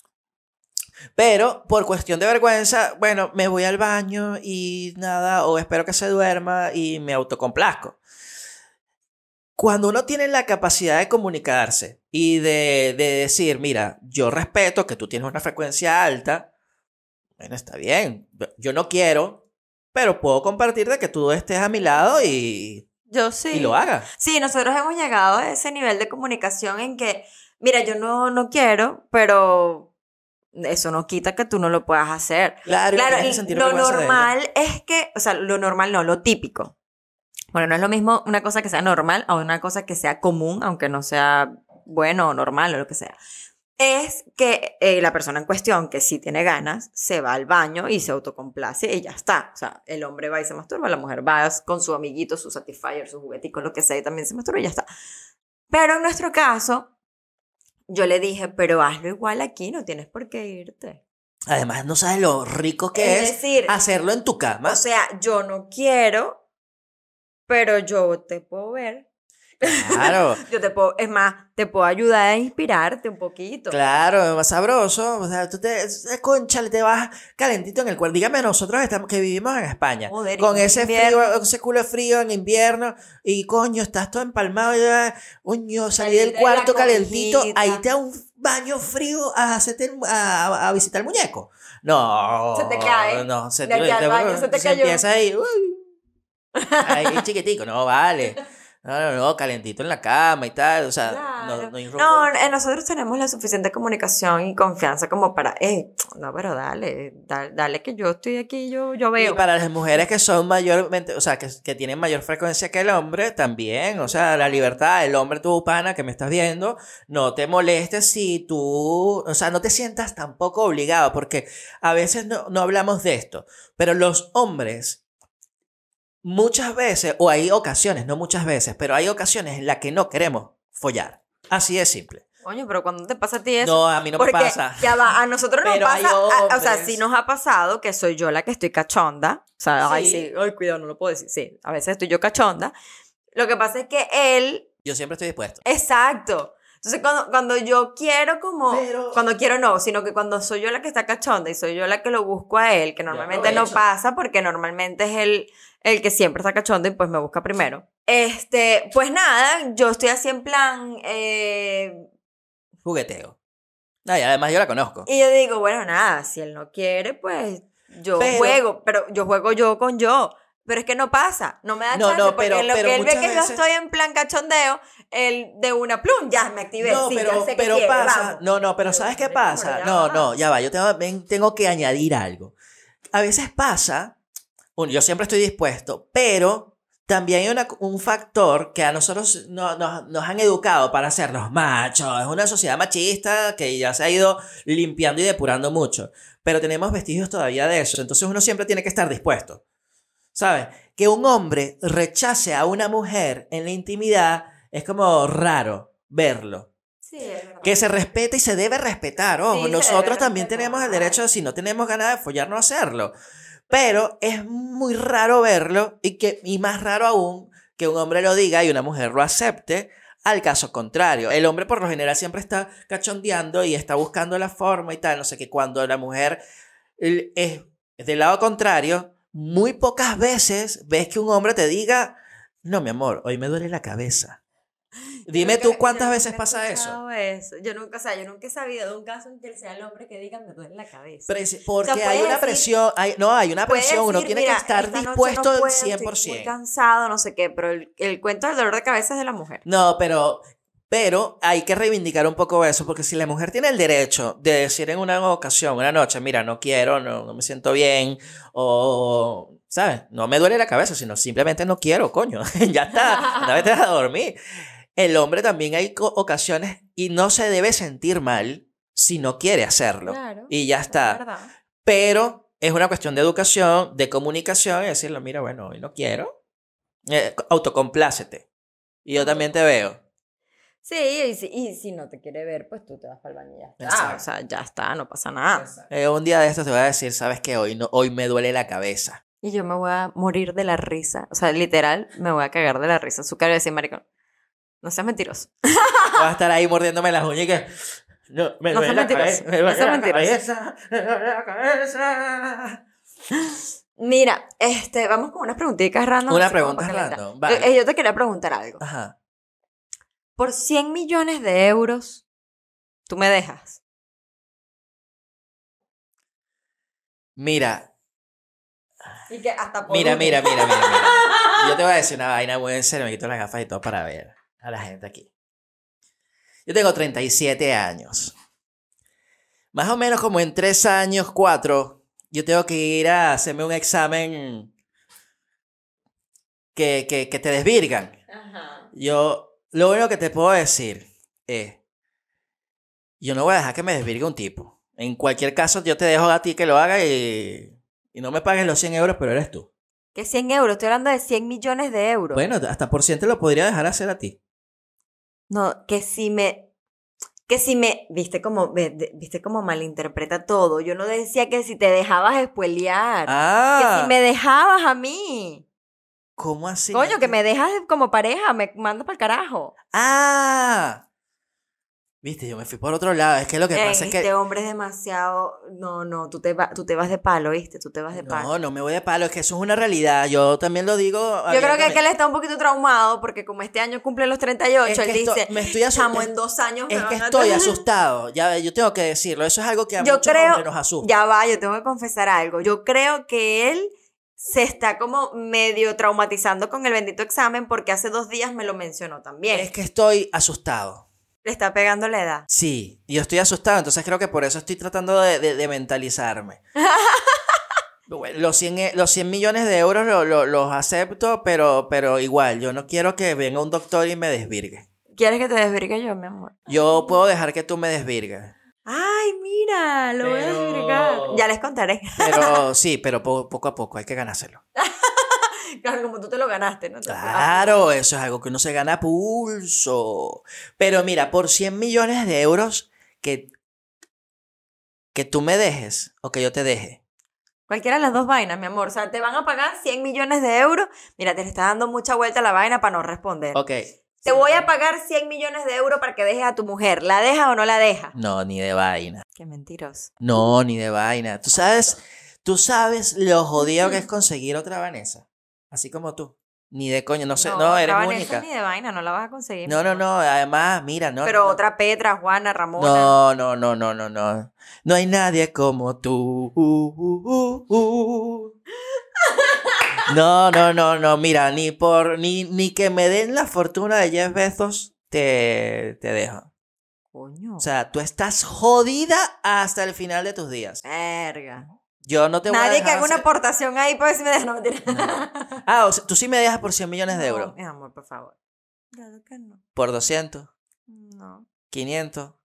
Speaker 2: Pero por cuestión de vergüenza, bueno, me voy al baño y nada, o espero que se duerma y me autocomplazco. Cuando uno tiene la capacidad de comunicarse y de, de decir, mira, yo respeto que tú tienes una frecuencia alta, bueno, está bien, yo no quiero, pero puedo compartir de que tú estés a mi lado y,
Speaker 1: Yo sí.
Speaker 2: y lo hagas.
Speaker 1: Sí, nosotros hemos llegado a ese nivel de comunicación en que, mira, yo no, no quiero, pero eso no quita que tú no lo puedas hacer.
Speaker 2: Claro,
Speaker 1: Claro,
Speaker 2: tienes que
Speaker 1: y
Speaker 2: sentir
Speaker 1: lo
Speaker 2: vergüenza de ello.
Speaker 1: normal es que, o sea, lo normal no, lo típico. Bueno, no es lo mismo una cosa que sea normal a una cosa que sea común, aunque no sea bueno o normal o lo que sea. Es que eh, la persona en cuestión, que sí tiene ganas, se va al baño y se autocomplace y ya está. O sea, el hombre va y se masturba, la mujer va con su amiguito, su Satisfyer, su juguetico, lo que sea, y también se masturba y ya está. Pero en nuestro caso, yo le dije, pero hazlo igual aquí, no tienes por qué irte.
Speaker 2: Además, no sabes lo rico que es,
Speaker 1: Es decir,
Speaker 2: hacerlo en tu cama.
Speaker 1: O sea, yo no quiero, pero yo te puedo ver.
Speaker 2: Claro.
Speaker 1: Yo te puedo, es más, te puedo ayudar a inspirarte un poquito.
Speaker 2: Claro, es más sabroso. O sea, tú te, conchale, te vas calentito en el cuerpo. Dígame, nosotros estamos, que vivimos en España,
Speaker 1: Joder,
Speaker 2: con
Speaker 1: y
Speaker 2: ese
Speaker 1: invierno.
Speaker 2: frío, ese culo de frío en invierno, y coño, estás todo empalmado, ya, coño, salí del
Speaker 1: Saliste de
Speaker 2: cuarto
Speaker 1: la
Speaker 2: calentito,
Speaker 1: cobijita.
Speaker 2: ahí te da un baño frío a, hacerte el- a, a visitar el muñeco. No,
Speaker 1: Se te cae.
Speaker 2: no, se,
Speaker 1: De aquí al baño se te cayó.
Speaker 2: empieza ahí, uy, ahí chiquitico, no, vale. No, no, no, calentito en la cama y tal, o sea,
Speaker 1: Claro.
Speaker 2: no, no irrumpe.
Speaker 1: No, eh, nosotros tenemos la suficiente comunicación y confianza como para, eh, no, pero dale, dale, dale que yo estoy aquí, yo, yo
Speaker 2: Y
Speaker 1: veo.
Speaker 2: para las mujeres que son mayormente, o sea, que, que tienen mayor frecuencia que el hombre, también, o sea, la libertad, el hombre, tu pana, que me estás viendo, no te molestes si tú, o sea, no te sientas tampoco obligado, porque a veces no, no hablamos de esto, pero los hombres, muchas veces, o hay ocasiones, no muchas veces, pero hay ocasiones en las que no queremos follar. Así de simple.
Speaker 1: Coño, pero cuando te pasa a ti eso.
Speaker 2: No, a mí no me
Speaker 1: Porque
Speaker 2: pasa.
Speaker 1: ya va, a nosotros nos
Speaker 2: Pero hay
Speaker 1: pasa, a- o sea,
Speaker 2: hombres.
Speaker 1: sí nos ha pasado que soy yo la que estoy cachonda. O sea, ay,
Speaker 2: Sí.
Speaker 1: sí, ay, cuidado, no lo puedo decir. Sí, a veces estoy yo cachonda. Lo que pasa es que él,
Speaker 2: Yo siempre estoy dispuesto.
Speaker 1: exacto. Entonces, cuando, cuando yo quiero como,
Speaker 2: Pero-
Speaker 1: cuando quiero no, sino que cuando soy yo la que está cachonda y soy yo la que lo busco a él, que normalmente no
Speaker 2: aprovecho.
Speaker 1: pasa porque normalmente es él el que siempre está cachondo y pues me busca primero. Este, pues nada, yo estoy así en plan, eh,
Speaker 2: Jugueteo. No, y además yo la conozco.
Speaker 1: y yo digo, bueno, nada, si él no quiere, pues yo
Speaker 2: Pero-
Speaker 1: juego, pero yo juego yo con yo. Pero es que no pasa, no me da
Speaker 2: No,
Speaker 1: chance,
Speaker 2: no,
Speaker 1: porque
Speaker 2: pero-
Speaker 1: lo
Speaker 2: pero
Speaker 1: que él ve
Speaker 2: muchas
Speaker 1: que yo
Speaker 2: veces-
Speaker 1: estoy en plan cachondeo, él de una plum, ya me activé,
Speaker 2: No,
Speaker 1: sí,
Speaker 2: pero,
Speaker 1: ya sé que
Speaker 2: pero
Speaker 1: quiere,
Speaker 2: pasa.
Speaker 1: vamos.
Speaker 2: No, no, pero
Speaker 1: Pero,
Speaker 2: ¿sabes qué
Speaker 1: hombre, pero
Speaker 2: pasa?
Speaker 1: ya
Speaker 2: No,
Speaker 1: va.
Speaker 2: no, ya va. Yo tengo, ven, tengo que añadir algo. A veces pasa, un- yo siempre estoy dispuesto, pero también hay una- un factor que a nosotros no- nos, nos han educado para hacernos machos. Es una sociedad machista que ya se ha ido limpiando y depurando mucho. Pero tenemos vestigios todavía de eso. Entonces uno siempre tiene que estar dispuesto. ¿Sabes? Que un hombre rechace a una mujer en la intimidad es como raro verlo.
Speaker 1: Sí, es verdad.
Speaker 2: Que se respete y se debe respetar. Ojo,
Speaker 1: Sí, se
Speaker 2: nosotros
Speaker 1: debe
Speaker 2: también
Speaker 1: respetar.
Speaker 2: tenemos el derecho, si no tenemos ganas de follar, no hacerlo. Pero es muy raro verlo y, que, y más raro aún que un hombre lo diga y una mujer lo acepte. Al caso contrario, el hombre por lo general siempre está cachondeando y está buscando la forma y tal. No sé, que cuando la mujer eh, es, es del lado contrario, muy pocas veces ves que un hombre te diga, no, mi amor, hoy me duele la cabeza. Dime
Speaker 1: Yo
Speaker 2: tú
Speaker 1: nunca-
Speaker 2: cuántas
Speaker 1: yo
Speaker 2: veces
Speaker 1: nunca he
Speaker 2: pasa eso.
Speaker 1: escuchado eso. Yo nunca, o sea, yo nunca he sabido de un caso en que sea el hombre que diga me duele la cabeza.
Speaker 2: Presi- porque
Speaker 1: O sea,
Speaker 2: hay
Speaker 1: puedes
Speaker 2: una
Speaker 1: decir-
Speaker 2: presión, hay, no, hay una
Speaker 1: Puedes
Speaker 2: presión, uno
Speaker 1: decir,
Speaker 2: tiene
Speaker 1: mira,
Speaker 2: que estar
Speaker 1: esta noche
Speaker 2: dispuesto
Speaker 1: no puedo,
Speaker 2: al cien por
Speaker 1: estoy muy
Speaker 2: ciento.
Speaker 1: cansado, no sé qué, pero el, el cuento del dolor de cabeza es de la mujer.
Speaker 2: No, pero, pero hay que reivindicar un poco eso, porque si la mujer tiene el derecho de decir en una ocasión, una noche, mira, no quiero, no, no me siento bien, o, ¿sabes? No me duele la cabeza, sino simplemente no quiero, coño, ya está, una vez te vas a dormir. El hombre también hay co- ocasiones y no se debe sentir mal si no quiere hacerlo.
Speaker 1: Claro,
Speaker 2: y ya
Speaker 1: es
Speaker 2: está.
Speaker 1: verdad.
Speaker 2: Pero es una cuestión de educación, de comunicación y decirle, mira, bueno, hoy no quiero. Eh, autocomplácete. Y yo también te veo.
Speaker 1: Sí, y si, y si no te quiere ver, pues tú te vas para el baño y ya está.
Speaker 2: Exacto.
Speaker 1: O sea, ya está, no pasa nada.
Speaker 2: Eh, un día de estos te voy a decir, sabes que hoy, no, hoy me duele la cabeza.
Speaker 1: Y yo me voy a morir de la risa. O sea, literal, me voy a cagar de la risa. Su cara y decir, maricón, no seas mentiroso.
Speaker 2: Voy a estar ahí mordiéndome las uñas y que... No, me
Speaker 1: No
Speaker 2: duele
Speaker 1: seas
Speaker 2: la
Speaker 1: mentiroso,
Speaker 2: cabeza. Me
Speaker 1: no
Speaker 2: duele
Speaker 1: seas
Speaker 2: la
Speaker 1: mentiroso.
Speaker 2: cabeza. Me duele la cabeza.
Speaker 1: Mira, este, vamos con unas preguntitas random.
Speaker 2: Una
Speaker 1: así como
Speaker 2: pregunta
Speaker 1: para calentar.
Speaker 2: random, vale.
Speaker 1: Yo, eh, yo te quería preguntar algo.
Speaker 2: Ajá.
Speaker 1: Por cien millones de euros, ¿tú me dejas?
Speaker 2: Mira,
Speaker 1: Y que hasta por
Speaker 2: mira,
Speaker 1: uno.
Speaker 2: mira, mira, mira, mira. Yo te voy a decir una vaina muy en serio. Me quito las gafas y todo para ver a la gente aquí. Yo tengo treinta y siete años. Más o menos como en tres años, cuatro, yo tengo que ir a hacerme un examen que, que, que te desvirgan.
Speaker 1: Ajá.
Speaker 2: Yo, lo único que te puedo decir es, yo no voy a dejar que me desvirgue un tipo. En cualquier caso, yo te dejo a ti que lo haga y, y no me pagues los cien euros, pero eres tú.
Speaker 1: ¿Qué cien euros? Estoy hablando de cien millones de euros.
Speaker 2: Bueno, hasta por ciento lo podría dejar hacer a ti.
Speaker 1: No, que si me... Que si me... ¿Viste cómo, viste cómo malinterpreta todo? Yo no decía que si te dejabas spoilear.
Speaker 2: Ah.
Speaker 1: Que si me dejabas a mí.
Speaker 2: ¿Cómo así?
Speaker 1: Coño, que me dejas como pareja, me mandas para el carajo.
Speaker 2: Ah. Viste, yo me fui por otro lado. Es que lo que
Speaker 1: Eh,
Speaker 2: pasa es
Speaker 1: este
Speaker 2: que...
Speaker 1: hombre es demasiado... No, no, tú te, va, tú te vas de palo, ¿viste? Tú te vas de palo.
Speaker 2: No, no me voy de palo. Es que eso es una realidad. Yo también lo digo...
Speaker 1: Yo creo que, que él está un poquito traumado porque como este año cumple los treinta y ocho,
Speaker 2: Es
Speaker 1: él
Speaker 2: que esto-
Speaker 1: dice,
Speaker 2: me estoy asu-
Speaker 1: chamo, en dos años me
Speaker 2: Es que
Speaker 1: van a
Speaker 2: estoy
Speaker 1: tener".
Speaker 2: asustado. Ya, yo tengo que decirlo. Eso es algo que a
Speaker 1: Yo
Speaker 2: muchos
Speaker 1: creo,
Speaker 2: hombres nos asusta.
Speaker 1: ya va, yo tengo que confesar algo. Yo creo que él se está como medio traumatizando con el bendito examen porque hace dos días me lo mencionó también.
Speaker 2: Es que estoy asustado.
Speaker 1: Le está pegando la edad.
Speaker 2: Sí, yo estoy asustado, entonces creo que por eso estoy tratando de, de- de mentalizarme. Bueno, los cien, e- los cien millones de euros lo- lo- los acepto, pero, pero igual, yo no quiero que venga un doctor y me desvirgue.
Speaker 1: ¿Quieres que te desvirgue yo, mi amor?
Speaker 2: Yo puedo dejar que tú me desvirgues.
Speaker 1: Ay, mira, lo voy a
Speaker 2: Pero-
Speaker 1: desvirgar. Ya les contaré.
Speaker 2: Pero sí, pero po- poco a poco, hay que ganárselo.
Speaker 1: Claro, como tú te lo ganaste, ¿no?
Speaker 2: Claro, eso es algo que uno se gana a pulso. Pero mira, por cien millones de euros que, que tú me dejes o que yo te deje.
Speaker 1: Cualquiera de las dos vainas, mi amor. O sea, te van a pagar cien millones de euros. Mira, te le está dando mucha vuelta a la vaina para no responder.
Speaker 2: Ok.
Speaker 1: Te voy a pagar cien millones de euros para que dejes a tu mujer. ¿La dejas o no la dejas?
Speaker 2: No, ni de vaina.
Speaker 1: Qué mentiroso.
Speaker 2: No, ni de vaina. Tú sabes, tú sabes lo jodido que es conseguir otra Vanessa. Así como tú. Ni de coño, no sé, no, eres
Speaker 1: otra Vanessa
Speaker 2: única.
Speaker 1: ni de vaina, no la vas a conseguir.
Speaker 2: No,
Speaker 1: mi
Speaker 2: no,
Speaker 1: amor.
Speaker 2: no, además, mira, no.
Speaker 1: Pero
Speaker 2: no,
Speaker 1: otra Petra, Juana, Ramona.
Speaker 2: No, no, no, no, no, no. No hay nadie como tú. Uh, uh, uh, uh. No, no, no, no. Mira, ni por ni, ni que me den la fortuna de Jeff Bezos te, te dejo.
Speaker 1: Coño.
Speaker 2: O sea, tú estás jodida hasta el final de tus días.
Speaker 1: Verga.
Speaker 2: Yo no te voy a
Speaker 1: Nadie que
Speaker 2: dejar
Speaker 1: haga una
Speaker 2: hacer-
Speaker 1: aportación ahí para ver si me dejan. No, mentira.
Speaker 2: Ah, o sea, tú sí me dejas por cien millones de
Speaker 1: No,
Speaker 2: euros.
Speaker 1: mi amor, por favor. Claro que no.
Speaker 2: Por doscientos,
Speaker 1: No,
Speaker 2: quinientos.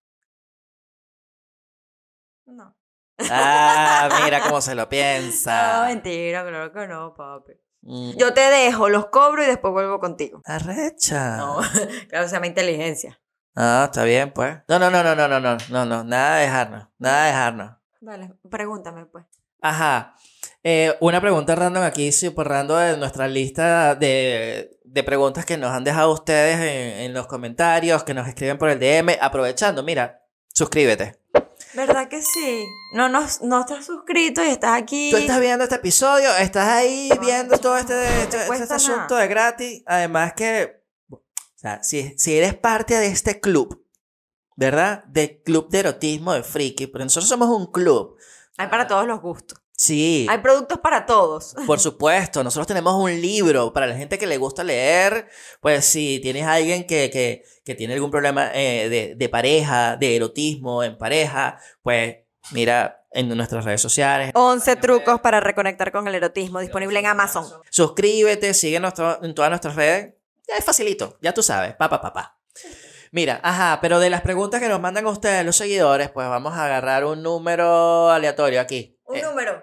Speaker 1: no.
Speaker 2: Ah, mira cómo se lo
Speaker 1: No,
Speaker 2: piensa.
Speaker 1: mentira, claro que no, papi.
Speaker 2: Mm.
Speaker 1: Yo te dejo, los cobro y después vuelvo contigo.
Speaker 2: Arrecha.
Speaker 1: No, claro, se llama inteligencia.
Speaker 2: Ah, está bien, pues. No, no, no, no, no, no, no, no, no, nada de dejarnos, nada de dejarnos.
Speaker 1: Vale, pregúntame pues.
Speaker 2: Ajá. Eh, una pregunta random aquí, súper random de nuestra lista de, de preguntas que nos han dejado ustedes en, en los comentarios, que nos escriben por el D M. Aprovechando, mira, suscríbete.
Speaker 1: ¿Verdad que sí? No, no, no estás suscrito y estás aquí.
Speaker 2: Tú estás viendo este episodio, estás ahí
Speaker 1: No,
Speaker 2: viendo
Speaker 1: no,
Speaker 2: todo este,
Speaker 1: no te
Speaker 2: este, este
Speaker 1: cuesta
Speaker 2: asunto
Speaker 1: nada.
Speaker 2: de gratis. Además que, o sea, si, si eres parte de este club, ¿verdad? Del club de erotismo de Friki, pero nosotros somos un club.
Speaker 1: Hay para todos los gustos.
Speaker 2: Sí.
Speaker 1: Hay productos para todos.
Speaker 2: Por supuesto, nosotros tenemos un libro para la gente que le gusta leer. Pues si tienes a alguien que, que, que tiene algún problema eh, de, de pareja, de erotismo en pareja, pues mira en nuestras redes sociales.
Speaker 1: once trucos para reconectar con el erotismo, disponible en Amazon.
Speaker 2: Suscríbete, síguenos to- en todas nuestras redes. Ya es facilito, ya tú sabes, papá, papá. Mira, ajá, pero de las preguntas que nos mandan ustedes, los seguidores, pues vamos a agarrar un número aleatorio aquí.
Speaker 1: Un
Speaker 2: Eh,
Speaker 1: número.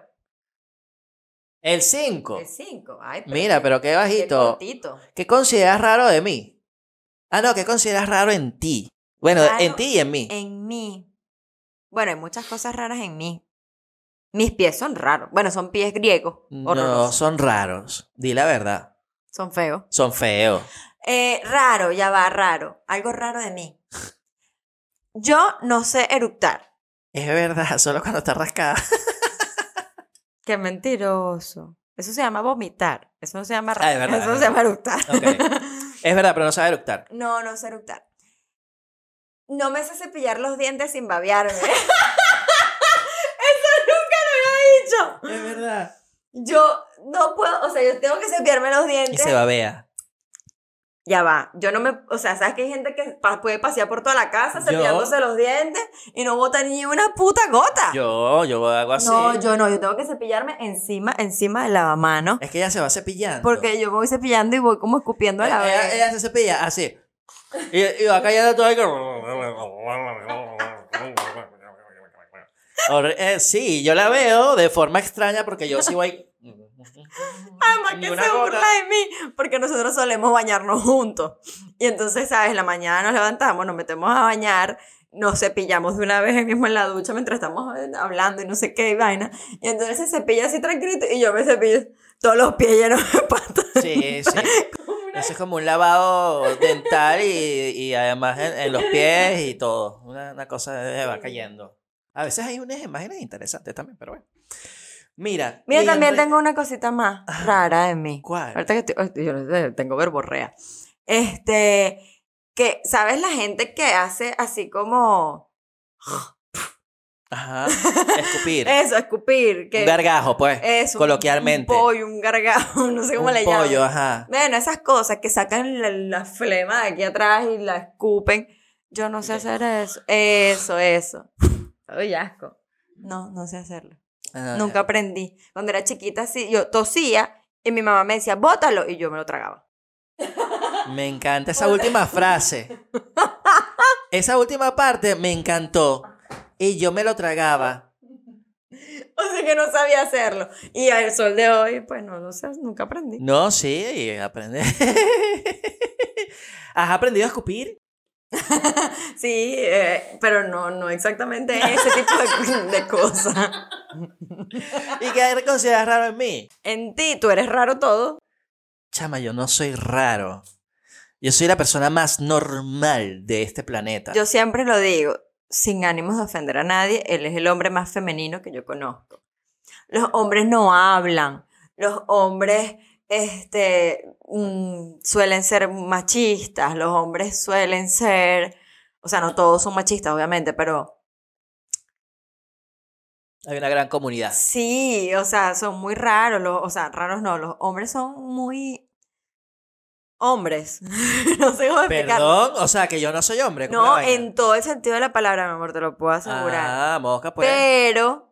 Speaker 2: el cinco.
Speaker 1: El cinco. Ay,
Speaker 2: Mira, pero qué
Speaker 1: qué
Speaker 2: bajito.
Speaker 1: cortito.
Speaker 2: ¿Qué consideras raro de mí? Ah, no, ¿qué consideras raro en ti? Bueno,
Speaker 1: Raro
Speaker 2: en ti y en mí.
Speaker 1: En mí. Bueno, hay muchas cosas raras en mí. Mis pies son raros. Bueno, son pies griegos.
Speaker 2: No,
Speaker 1: Horrorosos.
Speaker 2: son raros. Di la verdad.
Speaker 1: Son feos.
Speaker 2: Son feos.
Speaker 1: Eh, raro, ya va, raro. Algo raro de mí. Yo no sé eructar.
Speaker 2: Es verdad, solo cuando está rascada.
Speaker 1: Qué mentiroso. Eso se llama vomitar. Eso no se llama
Speaker 2: Ah, es verdad,
Speaker 1: Eso
Speaker 2: es
Speaker 1: se llama eructar.
Speaker 2: Ok. Es verdad, pero no sabe eructar.
Speaker 1: No, no sé eructar. No me sé cepillar los dientes sin babearme. Eso nunca lo había dicho.
Speaker 2: Es verdad.
Speaker 1: Yo no puedo, o sea, yo tengo que cepillarme los
Speaker 2: Y
Speaker 1: dientes.
Speaker 2: se babea.
Speaker 1: Ya va, yo no me, o sea, ¿sabes que hay gente que pa- puede pasear por toda la casa cepillándose los dientes y no bota ni una puta gota?
Speaker 2: Yo, yo hago así.
Speaker 1: No, yo no, yo tengo que cepillarme encima, encima del lavamanos.
Speaker 2: Es que ella se va cepillando.
Speaker 1: Porque yo me voy cepillando y voy como escupiendo a la
Speaker 2: ella,
Speaker 1: vez.
Speaker 2: ella se cepilla así. Y, y va cayendo todo ahí. Horri- eh, sí, yo la veo de forma extraña porque yo sí voy.
Speaker 1: Además
Speaker 2: Ni
Speaker 1: que
Speaker 2: una
Speaker 1: se
Speaker 2: gota.
Speaker 1: burla de mí, porque nosotros solemos bañarnos juntos. Y entonces, ¿sabes? La mañana nos levantamos, nos metemos a bañar, nos cepillamos de una vez mismo en la ducha mientras estamos hablando y no sé qué y vaina. Y entonces se cepilla así tranquilito y yo me cepillo todos los pies llenos de patas.
Speaker 2: Sí, sí. Eso es como un lavado dental y, y además en, en los pies y todo. Una, una cosa se va cayendo. A veces hay unas imágenes interesantes también, pero bueno. Mira.
Speaker 1: Mira,
Speaker 2: y
Speaker 1: también
Speaker 2: en re-
Speaker 1: tengo una cosita más rara en mí.
Speaker 2: ¿Cuál?
Speaker 1: Ahorita que estoy, ay, yo no sé, tengo verborrea. Este, que, ¿sabes la gente que hace así como...
Speaker 2: Ajá. Escupir.
Speaker 1: Eso, escupir. Que
Speaker 2: Un gargajo, pues.
Speaker 1: eso,
Speaker 2: coloquialmente.
Speaker 1: Un pollo, un gargajo, no sé cómo
Speaker 2: Un
Speaker 1: le llaman.
Speaker 2: pollo, ajá.
Speaker 1: Bueno, esas cosas que sacan la, la flema de aquí atrás y la escupen. Yo no sé hacer eso. Eso, eso. Ay, asco. No, no sé hacerlo.
Speaker 2: Ah,
Speaker 1: Nunca aprendí. Cuando era chiquita, sí, yo tosía y mi mamá me decía, bótalo, y yo me lo tragaba.
Speaker 2: Me encanta esa última frase. Esa última parte me encantó. Y yo me lo tragaba.
Speaker 1: O sea que no sabía hacerlo. Y al sol de hoy, pues no lo sé, nunca aprendí.
Speaker 2: No, sí, aprende. ¿Has aprendido a escupir?
Speaker 1: Sí, eh, pero no, no exactamente ese tipo de, de cosas.
Speaker 2: ¿Y qué consideras raro en mí?
Speaker 1: En ti, tú eres raro todo.
Speaker 2: Chama, yo no soy raro. Yo soy la persona más normal de este planeta.
Speaker 1: Yo siempre lo digo, sin ánimos de ofender a nadie, él es el hombre más femenino que yo conozco. Los hombres no hablan, los hombres este, mm, suelen ser machistas, los hombres suelen ser, o sea, no todos son machistas, obviamente, pero
Speaker 2: Hay una gran comunidad.
Speaker 1: sí, o sea, son muy raros, los, o sea, raros no, los hombres son muy hombres, no sé cómo explicarlo.
Speaker 2: Perdón, o sea, que yo no soy hombre. ¿cómo la
Speaker 1: No,
Speaker 2: vaina?
Speaker 1: en todo el sentido de la palabra, mi amor, te lo puedo asegurar.
Speaker 2: Ah, mosca, pues.
Speaker 1: Pero,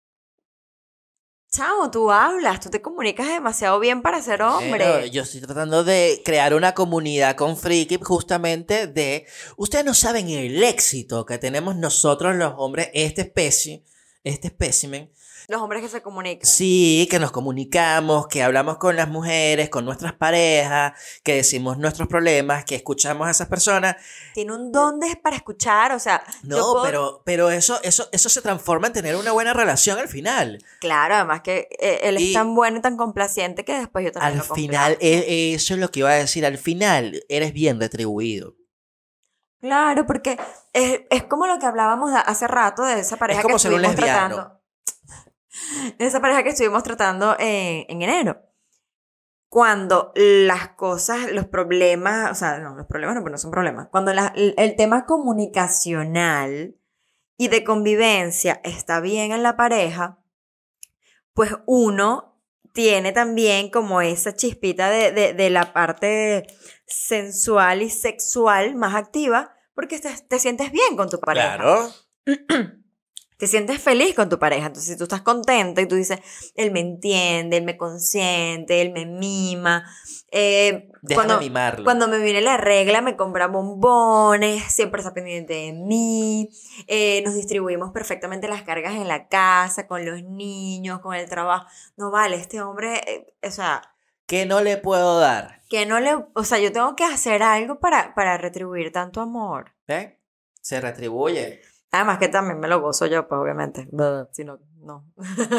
Speaker 1: chamo, tú hablas, tú te comunicas demasiado bien para ser hombre.
Speaker 2: Bueno, yo estoy tratando de crear una comunidad con Friki justamente de... Ustedes no saben el éxito que tenemos nosotros los hombres, esta especie, este espécimen.
Speaker 1: Los hombres que se comunican.
Speaker 2: Sí, que nos comunicamos, que hablamos con las mujeres, con nuestras parejas, que decimos nuestros problemas, que escuchamos a esas personas.
Speaker 1: Tiene un don de para escuchar, o sea. yo
Speaker 2: No,
Speaker 1: puedo-
Speaker 2: pero, pero eso, eso, eso se transforma en tener una buena relación al final.
Speaker 1: Claro, además que eh, él
Speaker 2: Y-
Speaker 1: es tan bueno y tan complaciente que después yo también
Speaker 2: Al
Speaker 1: lo
Speaker 2: final,
Speaker 1: complazco.
Speaker 2: e- eso es lo que iba a decir, al final eres bien retribuido.
Speaker 1: Claro, porque es, es como lo que hablábamos de- hace rato de esa pareja
Speaker 2: como
Speaker 1: que
Speaker 2: ser un
Speaker 1: estuvimos
Speaker 2: lesbiano.
Speaker 1: tratando. De esa pareja que estuvimos tratando en, en enero. Cuando las cosas, los problemas, o sea, no, los problemas no, pero no son problemas. Cuando la- el, el tema comunicacional y de convivencia está bien en la pareja, pues uno tiene también como esa chispita de, de, de la parte sensual y sexual más activa, porque te, te sientes bien con tu pareja.
Speaker 2: Claro.
Speaker 1: Te sientes feliz con tu pareja. Entonces, si tú estás contenta y tú dices, él me entiende, él me consiente, él me mima. Eh,
Speaker 2: Déjame
Speaker 1: cuando,
Speaker 2: mimarlo.
Speaker 1: cuando me viene la regla, me compra bombones, siempre está pendiente de mí. Eh, nos distribuimos perfectamente las cargas en la casa, con los niños, con el trabajo. No vale, este hombre, eh, o sea,
Speaker 2: ¿Qué no le puedo dar?
Speaker 1: que no le, o sea, yo tengo que hacer algo para, para retribuir tanto amor.
Speaker 2: ¿Eh? Se retribuye.
Speaker 1: Además que también me lo gozo yo, pues obviamente. Si no, no.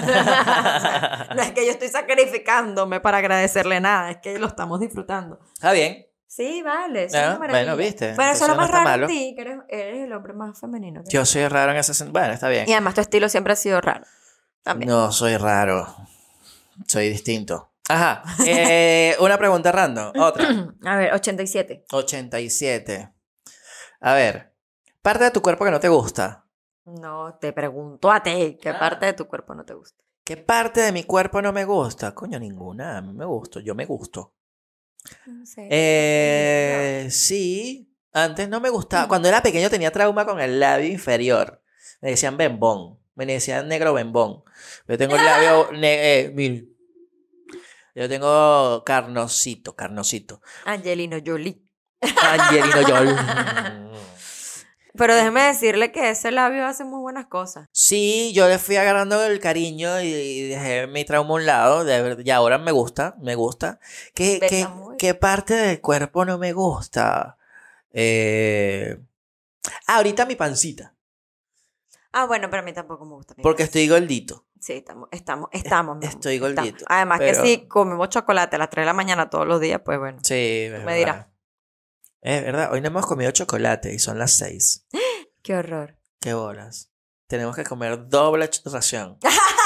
Speaker 1: No es que yo estoy sacrificándome para agradecerle nada, es que lo estamos disfrutando.
Speaker 2: Está bien.
Speaker 1: Sí, vale. Es
Speaker 2: Ah,
Speaker 1: una maravilla.
Speaker 2: bueno, viste.
Speaker 1: Bueno, eso
Speaker 2: Entonces
Speaker 1: es lo
Speaker 2: no
Speaker 1: más
Speaker 2: está
Speaker 1: raro
Speaker 2: malo.
Speaker 1: en ti, que eres, eres el hombre más femenino. que-
Speaker 2: Yo soy raro en ese sentido. Bueno, está bien.
Speaker 1: Y además tu estilo siempre ha sido raro. También.
Speaker 2: No, soy raro. Soy distinto. Ajá. Eh, una pregunta random. Otra.
Speaker 1: A ver, ochenta y siete.
Speaker 2: ochenta y siete. A ver. Parte de tu cuerpo que no te gusta.
Speaker 1: No, te pregunto a ti, ¿qué
Speaker 2: Ah.
Speaker 1: parte de tu cuerpo no te gusta?
Speaker 2: ¿Qué parte de mi cuerpo no me gusta? Coño, ninguna. A mí me gusto. Yo me gusto.
Speaker 1: No sé.
Speaker 2: Eh, sí, antes no me gustaba. Cuando era pequeño tenía trauma con el labio inferior. Me decían bembón. Me decían negro bembón. Yo tengo el labio. ne- eh, mil- yo tengo carnosito, carnosito.
Speaker 1: Angelino Jolie.
Speaker 2: Angelino Jolie.
Speaker 1: Pero déjeme decirle que ese labio hace muy buenas cosas.
Speaker 2: Sí, yo le fui agarrando el cariño y, y dejé mi trauma a un lado. de ver- y ahora me gusta, me gusta. ¿Qué,
Speaker 1: Besa
Speaker 2: qué,
Speaker 1: muy.
Speaker 2: qué parte del cuerpo no me gusta? Eh... Ah, ahorita mi pancita.
Speaker 1: Ah, bueno, pero a mí tampoco me gusta. mi
Speaker 2: Porque
Speaker 1: panza.
Speaker 2: estoy gordito.
Speaker 1: Sí, estamos, estamos, estamos. mi amor,
Speaker 2: Estoy
Speaker 1: estamos.
Speaker 2: gordito,
Speaker 1: Además
Speaker 2: pero-
Speaker 1: que si comemos chocolate a las tres de la mañana todos los días, pues bueno.
Speaker 2: Sí, es
Speaker 1: Tú me
Speaker 2: verdad.
Speaker 1: dirás.
Speaker 2: Es verdad, hoy no hemos comido chocolate y son las seis.
Speaker 1: Qué horror.
Speaker 2: Qué bolas. Tenemos que comer doble ch- ración.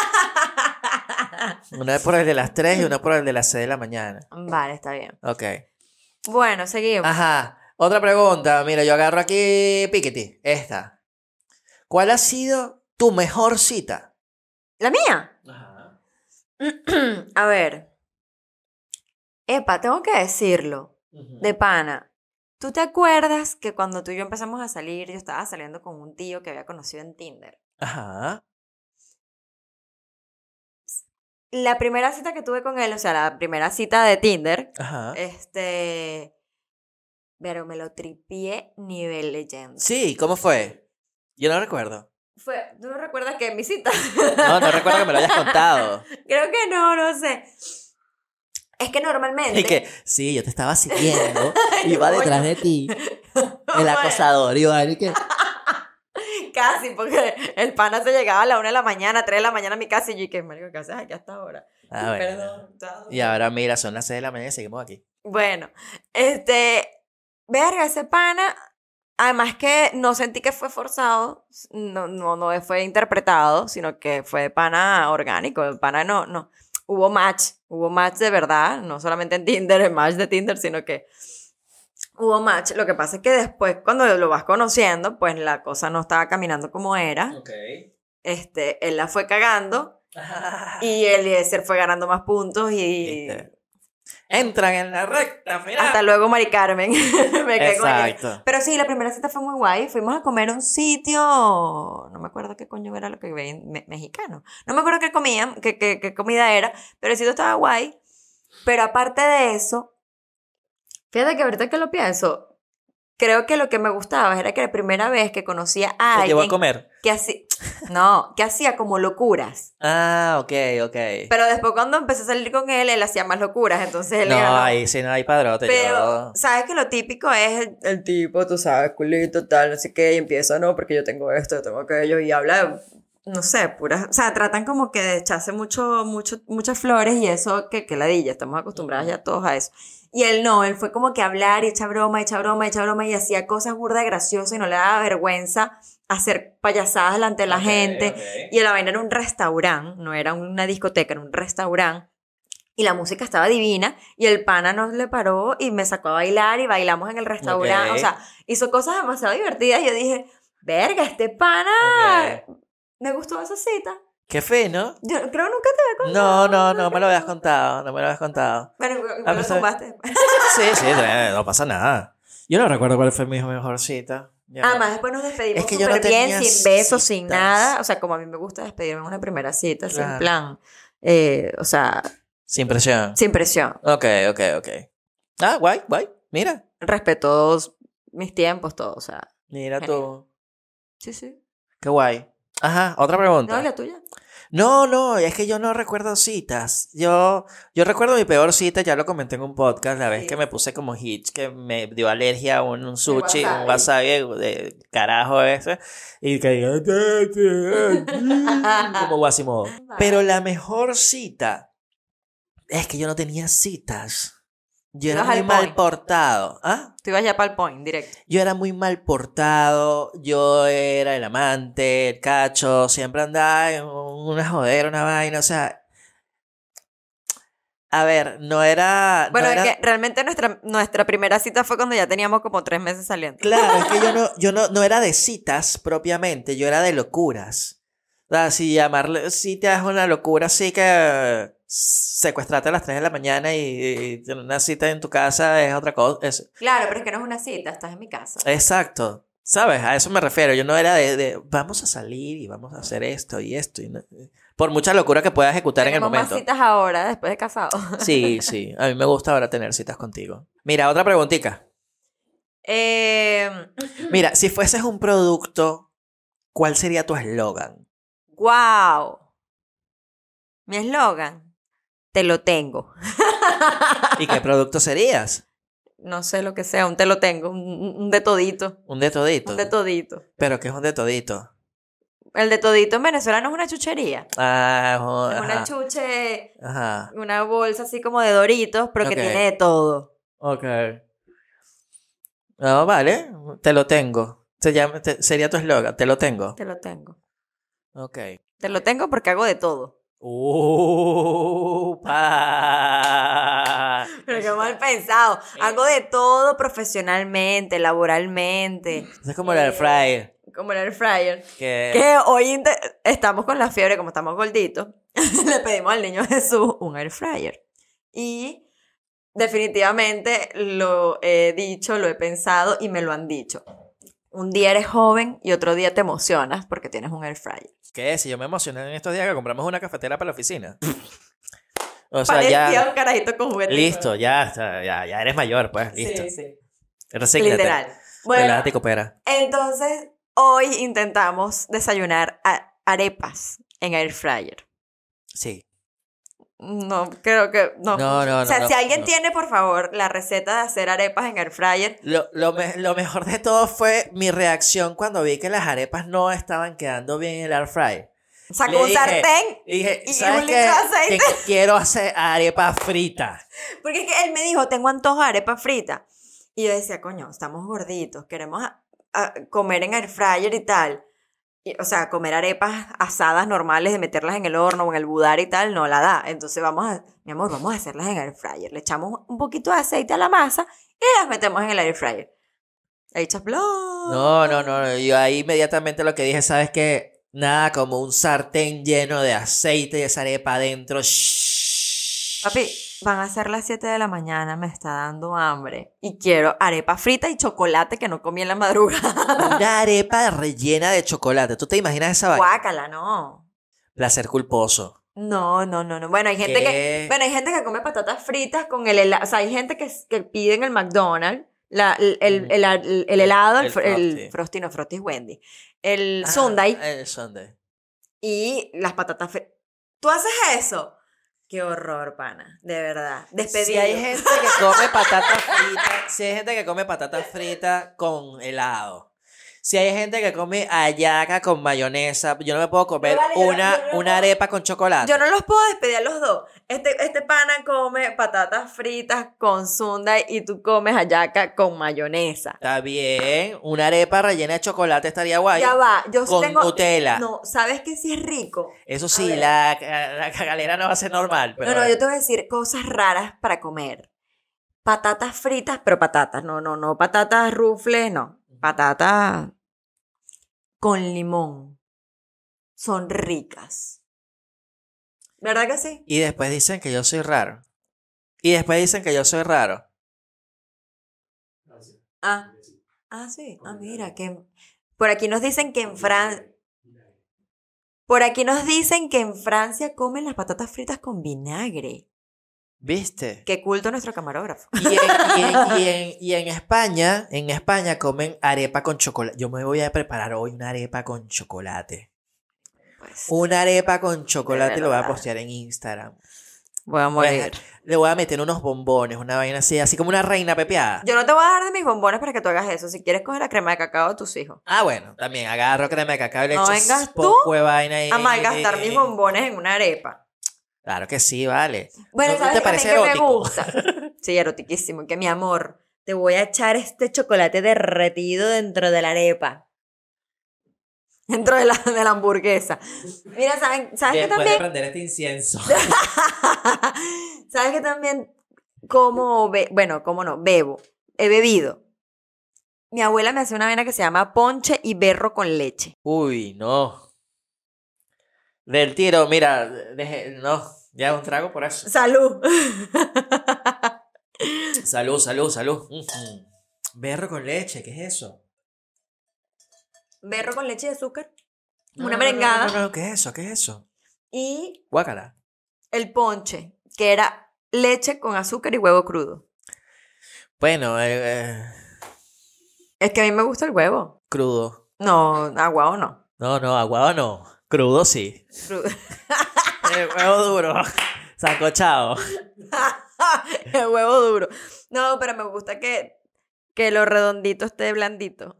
Speaker 2: Una por el de las tres y una por el de las seis de la mañana.
Speaker 1: Vale, está bien.
Speaker 2: Ok.
Speaker 1: Bueno, seguimos.
Speaker 2: Ajá. Otra pregunta. Mira, yo agarro aquí Piketty. Esta. ¿Cuál ha sido tu mejor cita?
Speaker 1: ¿La mía?
Speaker 2: Ajá.
Speaker 1: A ver. Epa, tengo que decirlo. De pana. ¿Tú te acuerdas que cuando tú y yo empezamos a salir, yo estaba saliendo con un tío que había conocido en Tinder?
Speaker 2: Ajá.
Speaker 1: La primera cita que tuve con él, o sea, la primera cita de Tinder,
Speaker 2: Ajá.
Speaker 1: este... Pero me lo tripié nivel leyenda.
Speaker 2: Sí, ¿cómo fue? Yo no recuerdo.
Speaker 1: Fue, ¿tú no recuerdas que mi cita?
Speaker 2: No, no recuerdo que me lo hayas contado.
Speaker 1: Creo que no, no sé. Es que normalmente...
Speaker 2: Y que, sí, yo te estaba siguiendo.
Speaker 3: Iba
Speaker 1: Coño.
Speaker 3: detrás de ti. El acosador, iba y que.
Speaker 1: Casi, porque el pana se llegaba a la una de la mañana, tres de la mañana a mi casa y yo, ¿qué marico, qué haces aquí hasta ahora?
Speaker 2: Ah, bueno.
Speaker 1: Perdón. todo.
Speaker 2: Y ahora mira, son las seis de la mañana y seguimos aquí.
Speaker 1: Bueno, este, verga, ese pana, además que no sentí que fue forzado, no, no, no fue interpretado, sino que fue de pana orgánico, el pana no, no, hubo match, hubo match de verdad, no solamente en Tinder, en match de Tinder, sino que hubo match. Lo que pasa es que después, cuando lo vas conociendo, pues la cosa no estaba caminando como era,
Speaker 2: Ok.
Speaker 1: este, él la fue cagando y Eliezer fue ganando más puntos y...
Speaker 2: Viste. Entran en la recta final.
Speaker 1: Hasta luego, Mari Carmen. Me quedé con ella.
Speaker 2: Exacto.
Speaker 1: Pero sí, la primera cita fue muy guay. Fuimos a comer a un sitio, no me acuerdo qué coño era lo que veía, me- mexicano. No me acuerdo qué comían, qué, qué, qué comida era, pero el sitio estaba guay. Pero aparte de eso, fíjate que ahorita que lo pienso, creo que lo que me gustaba era que la primera vez que conocía a
Speaker 2: Te llevó a
Speaker 1: alguien
Speaker 2: comer.
Speaker 1: que hacía, no, que hacía como locuras.
Speaker 2: Ah, ok, ok.
Speaker 1: Pero después cuando empecé a salir con él, él hacía más locuras, entonces él
Speaker 2: No,
Speaker 1: ganó.
Speaker 2: ahí sí no hay padrote.
Speaker 1: Pero,
Speaker 2: yo-
Speaker 1: ¿sabes que lo típico es el, el tipo, tú sabes, culito, tal, no sé qué, y empieza, no, porque yo tengo esto, yo tengo aquello, y habla, de, no sé, puras, o sea, tratan como que de echarse mucho, mucho, muchas flores y eso, que, que ladilla, estamos acostumbrados ya todos a eso. Y él no, él fue como que hablar y echar broma, y echar broma, y echar broma, y hacía cosas burda de graciosas y no le daba vergüenza hacer payasadas delante de la
Speaker 2: Ok,
Speaker 1: gente.
Speaker 2: ok.
Speaker 1: Y la vaina era un restaurante, no era una discoteca, era un restaurante. Y la música estaba divina y el pana nos le paró y me sacó a bailar y bailamos en el restaurante.
Speaker 2: Ok.
Speaker 1: O sea, hizo cosas demasiado divertidas y yo dije, verga, este pana,
Speaker 2: Ok.
Speaker 1: me gustó esa cita.
Speaker 2: Qué fe, ¿no?
Speaker 1: Yo creo nunca te había contado.
Speaker 2: No, no, no me lo habías contado. No me lo habías contado.
Speaker 1: Bueno,
Speaker 2: Ah,
Speaker 1: me lo
Speaker 2: pues,
Speaker 1: tumbaste.
Speaker 2: Sí, sí, no no pasa nada. Yo no recuerdo cuál fue mi mejor cita. Ya.
Speaker 1: Además, después nos despedimos
Speaker 2: Es que yo
Speaker 1: súper
Speaker 2: no
Speaker 1: bien,
Speaker 2: tenía
Speaker 1: sin besos, sin
Speaker 2: citas.
Speaker 1: nada. O sea, como a mí me gusta despedirme en una primera cita, sin
Speaker 2: Claro.
Speaker 1: plan, eh, o sea,
Speaker 2: Sin presión.
Speaker 1: sin presión.
Speaker 2: Ok, ok, ok. Ah, guay, guay. Mira.
Speaker 1: Respeto mis tiempos, todo, o sea,
Speaker 2: Mira tú.
Speaker 1: sí, sí.
Speaker 2: Qué guay. Ajá, otra pregunta.
Speaker 1: ¿No es la tuya?
Speaker 2: No, no, es que yo no recuerdo citas. Yo, yo recuerdo mi peor cita, ya lo comenté en un podcast, la vez
Speaker 1: Sí.
Speaker 2: que me puse como hitch, que me dio alergia a un, un sushi,
Speaker 1: wasabi.
Speaker 2: un wasabi de carajo ese, y que como Guasimodo. Pero la mejor cita es que yo no tenía citas. Yo era
Speaker 1: Ibas al
Speaker 2: muy mal
Speaker 1: point.
Speaker 2: portado. ¿Ah?
Speaker 1: Tú ibas ya para el point, directo.
Speaker 2: Yo era muy mal portado, yo era el amante, el cacho, siempre andaba en una jodera, una vaina, o sea... A ver, no era... no
Speaker 1: Bueno,
Speaker 2: era-
Speaker 1: es que realmente nuestra, nuestra primera cita fue cuando ya teníamos como tres meses saliendo.
Speaker 2: Claro, es que yo no, yo no, no era de citas propiamente, yo era de locuras. O sea, si llamarle cita es una locura, sí que... secuestrarte a las tres de la mañana y, y tener una cita en tu casa es otra cosa. Es,
Speaker 1: Claro, pero es que no es una cita, estás en mi casa.
Speaker 2: exacto. ¿Sabes? A eso me refiero. Yo no era de, de vamos a salir y vamos a hacer esto y esto. Y no- por mucha locura que pueda ejecutar en el
Speaker 1: Tenemos más
Speaker 2: momento.
Speaker 1: citas ahora, después de casado.
Speaker 2: Sí, sí. A mí me gusta ahora tener citas contigo. Mira, otra preguntita.
Speaker 1: Eh,
Speaker 2: Mira, si fueses un producto, ¿cuál sería tu eslogan?
Speaker 1: wow. Mi eslogan, te lo tengo.
Speaker 2: ¿Y qué producto serías?
Speaker 1: No sé lo que sea, un te lo tengo, un, un de todito.
Speaker 2: Un de todito.
Speaker 1: Un de todito.
Speaker 2: ¿Pero qué es un de todito?
Speaker 1: El de todito en Venezuela no es una chuchería.
Speaker 2: Ah, jo-
Speaker 1: Es una
Speaker 2: ajá.
Speaker 1: chuche,
Speaker 2: Ajá.
Speaker 1: una bolsa así como de Doritos, pero
Speaker 2: Ok.
Speaker 1: que tiene de todo.
Speaker 2: Ok. No, vale. Te lo tengo. Se llama, te- sería tu eslogan. Te lo tengo.
Speaker 1: Te lo tengo.
Speaker 2: Ok.
Speaker 1: Te lo tengo porque hago de todo.
Speaker 2: Uh, pa.
Speaker 1: Pero qué mal pensado. Hago de todo profesionalmente, laboralmente.
Speaker 2: Es como el air fryer.
Speaker 1: Como el air fryer.
Speaker 2: Que...
Speaker 1: Que hoy inte- estamos con la fiebre, como estamos gorditos. Le pedimos al niño Jesús un air fryer. Y definitivamente lo he dicho, lo he pensado y me lo han dicho. Un día eres joven y otro día te emocionas porque tienes un air fryer.
Speaker 2: ¿Qué? Si yo me emocioné en estos días que compramos una cafetera para la oficina. O sea,
Speaker 1: Parecía
Speaker 2: ya...
Speaker 1: un carajito con juguete.
Speaker 2: Listo, ya, está, ya, ya eres mayor, pues, listo.
Speaker 1: Sí, sí.
Speaker 2: Recíclate.
Speaker 1: Literal. Bueno,
Speaker 2: Relájate y coopera.
Speaker 1: entonces hoy intentamos desayunar a- arepas en air fryer.
Speaker 2: Sí.
Speaker 1: No, creo que no.
Speaker 2: No, no,
Speaker 1: O sea,
Speaker 2: no,
Speaker 1: si
Speaker 2: no,
Speaker 1: alguien
Speaker 2: no.
Speaker 1: tiene, por favor, la receta de hacer arepas en air fryer,
Speaker 2: Lo, lo, me- lo mejor de todo fue mi reacción cuando vi que las arepas no estaban quedando bien en el air fryer.
Speaker 1: sacó
Speaker 2: Le
Speaker 1: un
Speaker 2: dije-
Speaker 1: sartén.
Speaker 2: Y dije,
Speaker 1: Y
Speaker 2: ¿sabes
Speaker 1: un
Speaker 2: qué?
Speaker 1: litro de aceite.
Speaker 2: Que quiero hacer arepa frita.
Speaker 1: Porque es que él me dijo, tengo antojo de arepa frita. Y yo decía, coño, estamos gorditos, queremos a- a comer en air fryer y tal. Y, o sea, comer arepas asadas normales de meterlas en el horno o en el budar y tal, no la da. Entonces vamos a, mi amor, vamos a hacerlas en air fryer. Le echamos un poquito de aceite a la masa y las metemos en el air fryer. Hechas bla.
Speaker 2: No, no, no, no. Yo ahí inmediatamente lo que dije, ¿sabes qué? Nada como un sartén lleno de aceite y esa arepa adentro. Shhh.
Speaker 1: Papi, van a ser las siete de la mañana, me está dando hambre. Y quiero arepa frita y chocolate que no comí en la madrugada.
Speaker 2: Una arepa rellena de chocolate. ¿Tú te imaginas esa vaina?
Speaker 1: Guácala, no.
Speaker 2: Placer culposo.
Speaker 1: No, no, no, no. Bueno, hay gente
Speaker 2: ¿Qué?
Speaker 1: que, bueno, hay gente que come patatas fritas con el helado. O sea, hay gente que, que pide en el McDonald's la, el, el, el, el- el helado, el,
Speaker 2: El
Speaker 1: fr- el
Speaker 2: Frosty.
Speaker 1: Frosty, no, Frosty es Wendy. El
Speaker 2: Ah,
Speaker 1: Sundae
Speaker 2: El Sundae.
Speaker 1: y las patatas fritas. ¿Tú haces eso? Qué horror, pana. De verdad. Despedido.
Speaker 2: Si hay gente que come patatas fritas, si hay gente que come patatas fritas con helado. Si hay gente que come hallaca con mayonesa, yo no me puedo comer
Speaker 1: No, vale, yo no-
Speaker 2: una,
Speaker 1: yo no
Speaker 2: una
Speaker 1: puedo-
Speaker 2: arepa con chocolate.
Speaker 1: Yo no los puedo despedir a los dos. Este, este pana come patatas fritas con sundae y tú comes hallaca con mayonesa.
Speaker 2: Está bien, una arepa rellena de chocolate estaría guay.
Speaker 1: Ya va, yo sí
Speaker 2: Con
Speaker 1: tengo...
Speaker 2: Nutella.
Speaker 1: No, ¿sabes qué sí es rico?
Speaker 2: Eso
Speaker 1: A
Speaker 2: sí,
Speaker 1: ver.
Speaker 2: la, la cagalera no va a ser normal. Pero
Speaker 1: No, no, yo te voy a decir cosas raras para comer. Patatas fritas, pero patatas, no, no, no, patatas rufles, no. Patatas con limón. Son ricas. ¿Verdad que sí?
Speaker 2: Y después dicen que yo soy raro. Y después dicen que yo soy raro.
Speaker 1: Ah, ah, sí. Ah, mira, que por aquí nos dicen que en Francia, por aquí nos dicen que en Francia comen las patatas fritas con vinagre.
Speaker 2: ¿Viste?
Speaker 1: Qué culto nuestro camarógrafo.
Speaker 2: Y en, y en- y en- y en España, en España comen arepa con chocolate. Yo me voy a preparar hoy una arepa con chocolate.
Speaker 1: Pues,
Speaker 2: Una arepa con chocolate y lo voy a
Speaker 1: verdad.
Speaker 2: postear en Instagram.
Speaker 1: voy a morir.
Speaker 2: Le voy a meter unos bombones, una vaina así, así como una reina pepeada.
Speaker 1: Yo no te voy a dar de mis bombones para que tú hagas eso. Si quieres coger la crema de cacao de tus hijos.
Speaker 2: Ah, bueno, también agarro crema de cacao y le
Speaker 1: No
Speaker 2: echo
Speaker 1: vengas tú
Speaker 2: poco de vaina ahí.
Speaker 1: A malgastar mis bombones en una arepa.
Speaker 2: Claro que sí, vale.
Speaker 1: Bueno,
Speaker 2: ¿No- no
Speaker 1: ¿sabes
Speaker 2: te
Speaker 1: qué
Speaker 2: parece
Speaker 1: también que me
Speaker 2: erótico?
Speaker 1: gusta? Sí, erotiquísimo. Que mi amor, te voy a echar este chocolate derretido dentro de la arepa. Dentro de la, de la hamburguesa. Mira, ¿saben, ¿sabes que también?
Speaker 2: prender este incienso.
Speaker 1: ¿Sabes que también como, be- bueno, como no, bebo, he bebido? Mi abuela me hace una vaina que se llama ponche y berro con leche.
Speaker 2: Uy, no. Del tiro, mira, deje- no. Ya, un trago por eso.
Speaker 1: Salud.
Speaker 2: Salud, salud, salud. Mm. Berro con leche, ¿qué es eso?
Speaker 1: Berro con leche y azúcar.
Speaker 2: No,
Speaker 1: una
Speaker 2: no,
Speaker 1: merengada.
Speaker 2: No, no, no, ¿qué es eso? ¿Qué es eso?
Speaker 1: Y
Speaker 2: Guácala.
Speaker 1: el ponche, que era leche con azúcar y huevo crudo.
Speaker 2: Bueno, eh, eh,
Speaker 1: Es que a mí me gusta el huevo.
Speaker 2: crudo.
Speaker 1: No, aguado no.
Speaker 2: No, no, aguado no. Crudo sí.
Speaker 1: Crudo.
Speaker 2: El huevo duro. Sancochado.
Speaker 1: El huevo duro. No, pero me gusta que, que lo redondito esté blandito.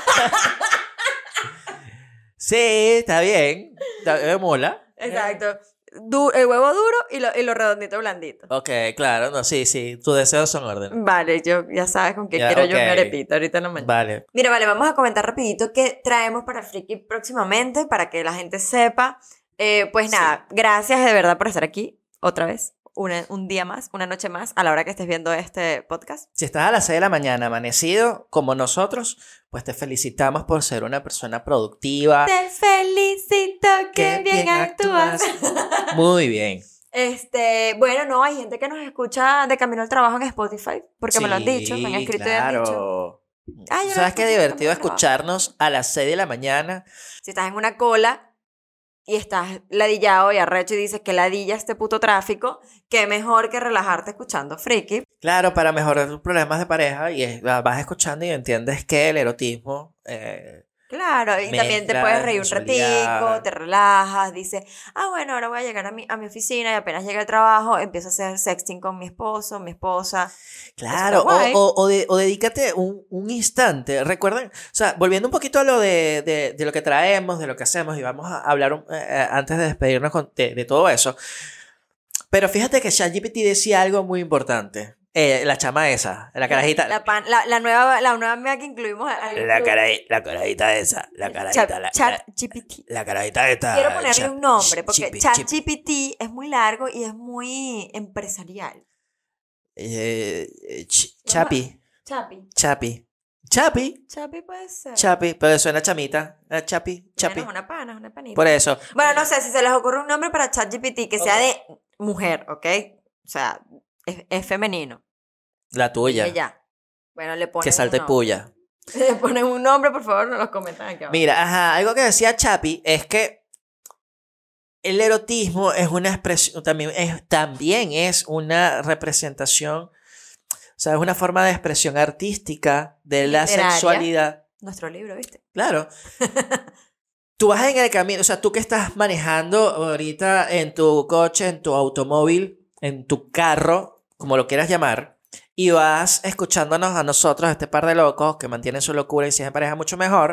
Speaker 2: Sí, está bien. Está- Me mola.
Speaker 1: Exacto. Du- el huevo duro y lo, y lo redondito blandito.
Speaker 2: Ok, claro, no, sí, sí. Tus deseos son orden.
Speaker 1: Vale, yo ya sabes con qué
Speaker 2: Ya,
Speaker 1: quiero yo mi
Speaker 2: ok.
Speaker 1: arepita ahorita en la mañana.
Speaker 2: Vale.
Speaker 1: Mira, vale, vamos a comentar rapidito qué traemos para Friki próximamente, para que la gente sepa. Eh, pues nada, gracias de verdad por estar aquí otra vez, una- un día más, una noche más, a la hora que estés viendo este podcast.
Speaker 2: Si estás a las seis de la mañana amanecido, como nosotros, pues te felicitamos por ser una persona productiva.
Speaker 1: Te felicito, que bien, actúas.
Speaker 2: Muy bien.
Speaker 1: Este, bueno, no, hay gente que nos escucha de camino al trabajo en Spotify, porque me lo han dicho, me han
Speaker 2: Sí,
Speaker 1: escrito y han dicho.
Speaker 2: claro.
Speaker 1: "Ay, yo lo
Speaker 2: ¿Sabes qué
Speaker 1: escucho
Speaker 2: divertido
Speaker 1: camino al trabajo".
Speaker 2: escucharnos a las seis de la mañana?
Speaker 1: Si estás en una cola y estás ladillado y arrecho y dices que ladilla este puto tráfico, qué mejor que relajarte escuchando Friki.
Speaker 2: Claro, para mejorar tus problemas de pareja y es- vas escuchando y entiendes que el erotismo... eh,
Speaker 1: Claro, y también te
Speaker 2: Mezcla,
Speaker 1: puedes reír un
Speaker 2: sensualidad.
Speaker 1: ratico, te relajas, dices, ah, bueno, ahora voy a llegar a mi, a mi oficina y apenas llegue al trabajo, empiezo a hacer sexting con mi esposo, mi esposa.
Speaker 2: Claro,
Speaker 1: está guay.
Speaker 2: o, o, o, de- o dedícate un, un instante. Recuerden, o sea, volviendo un poquito a lo de, de, de lo que traemos, de lo que hacemos, y vamos a hablar un- eh, eh, antes de despedirnos con- de, de todo eso. Pero fíjate que ChatGPT decía algo muy importante. Eh, la chama esa, la carajita.
Speaker 1: La, pan- la, la nueva, la nueva amiga que incluimos. al
Speaker 2: La,
Speaker 1: club.
Speaker 2: cara, la carajita esa, la carajita,
Speaker 1: Chat,
Speaker 2: la,
Speaker 1: Chat
Speaker 2: la,
Speaker 1: G P T.
Speaker 2: la carajita esta.
Speaker 1: Quiero ponerle
Speaker 2: Chat-
Speaker 1: un nombre, porque
Speaker 2: Chipi,
Speaker 1: Chat
Speaker 2: Chipi.
Speaker 1: G P T es muy largo y es muy empresarial.
Speaker 2: Eh, eh, ch- Chapi,
Speaker 1: Chapi.
Speaker 2: Chapi, Chapi,
Speaker 1: Chapi puede ser.
Speaker 2: Chapi, pero suena chamita. Eh, Chapi, Chapi.
Speaker 1: Bueno, es una pana, es una panita.
Speaker 2: Por eso.
Speaker 1: Bueno, no sé si se les ocurre un nombre para ChatGPT que sea
Speaker 2: Ok.
Speaker 1: de mujer, ¿ok? O sea, es, es femenino.
Speaker 2: La tuya.
Speaker 1: Dime ya. Bueno, le ponen
Speaker 2: Que salte
Speaker 1: un nombre.
Speaker 2: puya.
Speaker 1: Le ponen un nombre, por favor, no los comentan aquí abajo.
Speaker 2: Mira, ajá, algo que decía Chapi es que el erotismo es una expresión, también es, también es una representación, o sea, es una forma de expresión artística de la
Speaker 1: Literaria.
Speaker 2: sexualidad.
Speaker 1: Nuestro libro, ¿viste?
Speaker 2: Claro. Tú vas en el camino, o sea, tú que estás manejando ahorita en tu coche, en tu automóvil, en tu carro, como lo quieras llamar, y vas escuchándonos a nosotros, este par de locos que mantienen su locura y si es en pareja mucho mejor,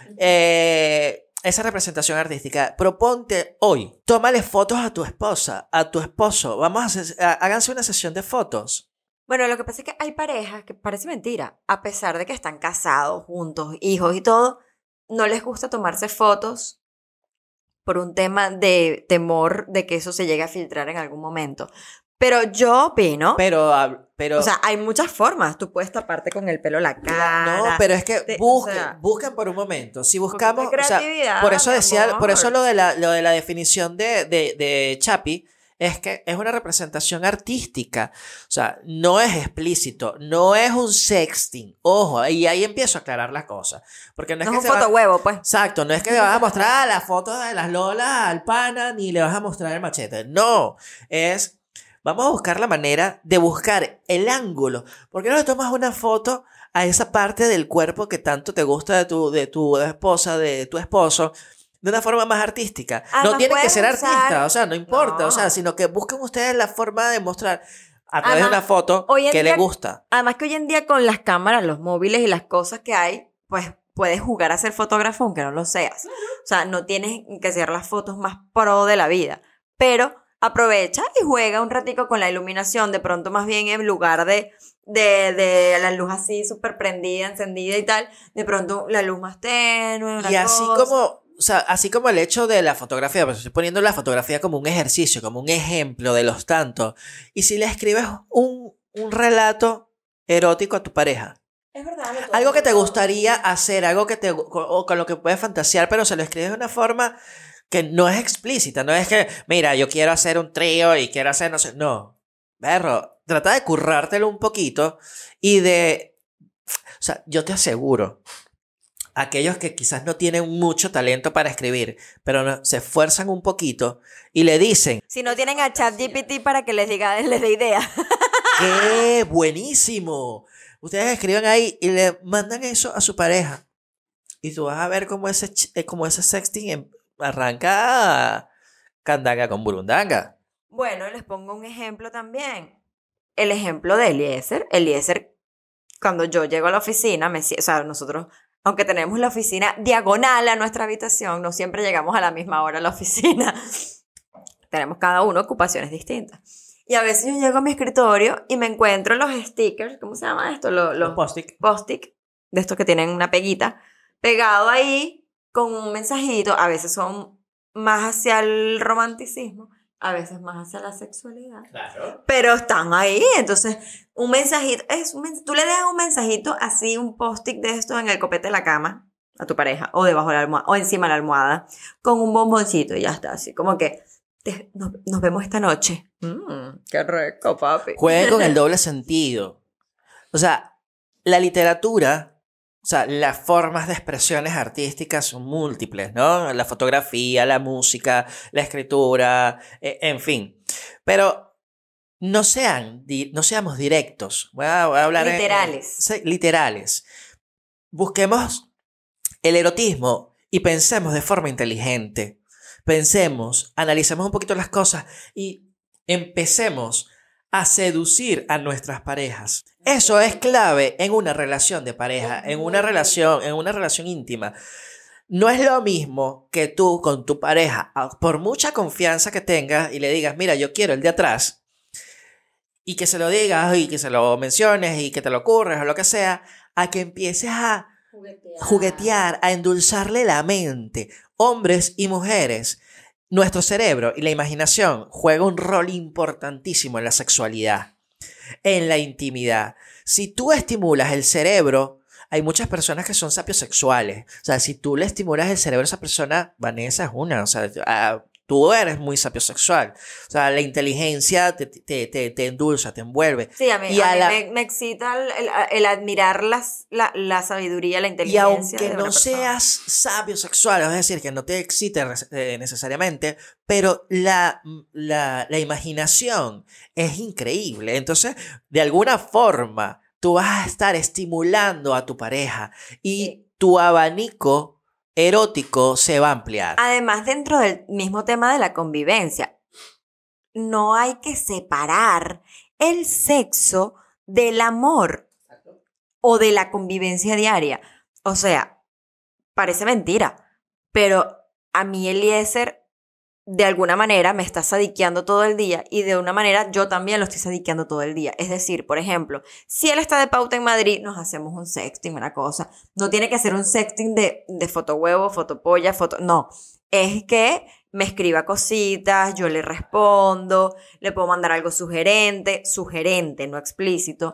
Speaker 2: eh, esa representación artística. Proponte hoy, tómale fotos a tu esposa, a tu esposo, vamos a hacer, a- háganse una sesión de fotos.
Speaker 1: Bueno, lo que pasa es que hay parejas que parece mentira, a pesar de que están casados, juntos, hijos y todo, no les gusta tomarse fotos por un tema de temor de que eso se llegue a filtrar en algún momento. Pero yo opino,
Speaker 2: Pero, ah, pero
Speaker 1: o sea, hay muchas formas. Tú puedes taparte con el pelo la cara.
Speaker 2: no, pero es que
Speaker 1: te- o
Speaker 2: busquen,
Speaker 1: sea,
Speaker 2: busquen por un momento. Si
Speaker 1: poquito de
Speaker 2: buscamos, o sea,
Speaker 1: creatividad,
Speaker 2: por eso
Speaker 1: mi
Speaker 2: decía, por
Speaker 1: amor.
Speaker 2: eso lo de la, lo de la definición de, de, de Chapi es que es una representación artística. O sea, no es explícito, no es un sexting. Ojo, y ahí empiezo a aclarar las cosas. Porque no es
Speaker 1: no
Speaker 2: que
Speaker 1: es un
Speaker 2: te va-
Speaker 1: foto huevo, pues.
Speaker 2: Exacto, no es que le vas a mostrar las fotos de las lolas al pana, ni le vas a mostrar el machete. No, es... Vamos a buscar la manera de buscar el ángulo. ¿Por qué no le tomas una foto a esa parte del cuerpo que tanto te gusta de tu, de tu esposa, de tu esposo, de una forma más artística?
Speaker 1: Además,
Speaker 2: no tiene que
Speaker 1: puedes
Speaker 2: ser
Speaker 1: usar-
Speaker 2: artista, o sea, no importa,
Speaker 1: No.
Speaker 2: o sea, sino que busquen ustedes la forma de mostrar a través
Speaker 1: Además,
Speaker 2: de una foto
Speaker 1: hoy en
Speaker 2: que le
Speaker 1: día-
Speaker 2: gusta.
Speaker 1: Además que hoy en día con las cámaras, los móviles y las cosas que hay, pues puedes jugar a ser fotógrafo aunque no lo seas. O sea, no tienes que hacer las fotos más pro de la vida. Pero aprovecha y juega un ratico con la iluminación. De pronto más bien en lugar de, de, de la luz así súper prendida, encendida y tal, de pronto la luz más tenue, una
Speaker 2: Y así
Speaker 1: cosa.
Speaker 2: como, o sea, así como el hecho de la fotografía, pues estoy poniendo la fotografía como un ejercicio, como un ejemplo de los tantos. Y si le escribes un, un relato erótico a tu pareja,
Speaker 1: Es verdad. lo
Speaker 2: algo que te
Speaker 1: todo.
Speaker 2: gustaría hacer, algo que te, o con lo que puedes fantasear, pero se lo escribes de una forma que no es explícita, no es que, mira, yo quiero hacer un trío y quiero hacer no sé, no. Berro, trata de currártelo un poquito y de, o sea, yo te aseguro, aquellos que quizás no tienen mucho talento para escribir, pero no, se esfuerzan un poquito y le dicen,
Speaker 1: Si no tienen a ChatGPT para que les diga, les dé idea.
Speaker 2: ¡qué buenísimo! Ustedes escriban ahí y le mandan eso a su pareja. Y tú vas a ver cómo ese, ch- eh, cómo ese sexting em- arranca candanga con burundanga.
Speaker 1: Bueno, les pongo un ejemplo también. El ejemplo de Eliezer. Eliezer, cuando yo llego a la oficina, me, sie- o sea, nosotros, aunque tenemos la oficina diagonal a nuestra habitación, no siempre llegamos a la misma hora a la oficina. Tenemos cada uno ocupaciones distintas. Y a veces yo llego a mi escritorio y me encuentro los stickers, ¿cómo se llama esto? Los, los
Speaker 2: Los post-it.
Speaker 1: post-it, de estos que tienen una peguita, pegado ahí con un mensajito. A veces son más hacia el romanticismo, a veces más hacia la sexualidad.
Speaker 2: Claro.
Speaker 1: Pero están ahí, entonces un mensajito, es un mens- tú le dejas un mensajito así, un post-it de esto en el copete de la cama a tu pareja, o debajo de la almohada, o encima de la almohada, con un bomboncito y ya está, así como que te- nos, nos vemos esta noche. Mm, qué rico, papi.
Speaker 2: Jueguen con el doble sentido. O sea, la literatura, o sea, las formas de expresiones artísticas son múltiples, ¿no? La fotografía, la música, la escritura, eh, en fin. Pero no sean, di- no seamos directos. Voy a, voy a hablar en-
Speaker 1: Literales.
Speaker 2: sí, literales. Busquemos el erotismo y pensemos de forma inteligente. Pensemos, analicemos un poquito las cosas y empecemos a seducir a nuestras parejas. Eso es clave en una relación de pareja, en una relación, en una relación íntima. No es lo mismo que tú con tu pareja, a- por mucha confianza que tengas y le digas, mira, yo quiero el de atrás, y que se lo digas y que se lo menciones y que te lo ocurres o lo que sea, a que empieces a juguetear, a endulzarle la mente. Hombres y mujeres, nuestro cerebro y la imaginación juega un rol importantísimo en la sexualidad, en la intimidad. Si tú estimulas el cerebro, hay muchas personas que son sapiosexuales. O sea, si tú le estimulas el cerebro a esa persona, Vanessa es una. O sea, ah, tú eres muy sapiosexual. O sea, la inteligencia te, te, te, te endulza, te envuelve.
Speaker 1: Sí, a mí,
Speaker 2: Y
Speaker 1: a
Speaker 2: a
Speaker 1: mí
Speaker 2: la-
Speaker 1: me, me excita el, el- el admirar las, la, la sabiduría, la
Speaker 2: Y
Speaker 1: inteligencia
Speaker 2: aunque
Speaker 1: de una
Speaker 2: no
Speaker 1: persona.
Speaker 2: seas sabio sexual, es decir, que no te excite eh, necesariamente, pero la, la, la imaginación es increíble. Entonces, de alguna forma, tú vas a estar estimulando a tu pareja y
Speaker 1: Sí.
Speaker 2: tu abanico erótico se va a ampliar.
Speaker 1: Además, dentro del mismo tema de la convivencia, no hay que separar el sexo del amor o de la convivencia diaria. O sea, parece mentira, pero a mí Eliezer de alguna manera me está sadiqueando todo el día y de una manera yo también lo estoy sadiqueando todo el día. Es decir, por ejemplo, si él está de pauta en Madrid, nos hacemos un sexting, una cosa. No tiene que ser un sexting de, de fotohuevo, fotopolla, foto... No, es que me escriba cositas, yo le respondo, le puedo mandar algo sugerente, sugerente, no explícito.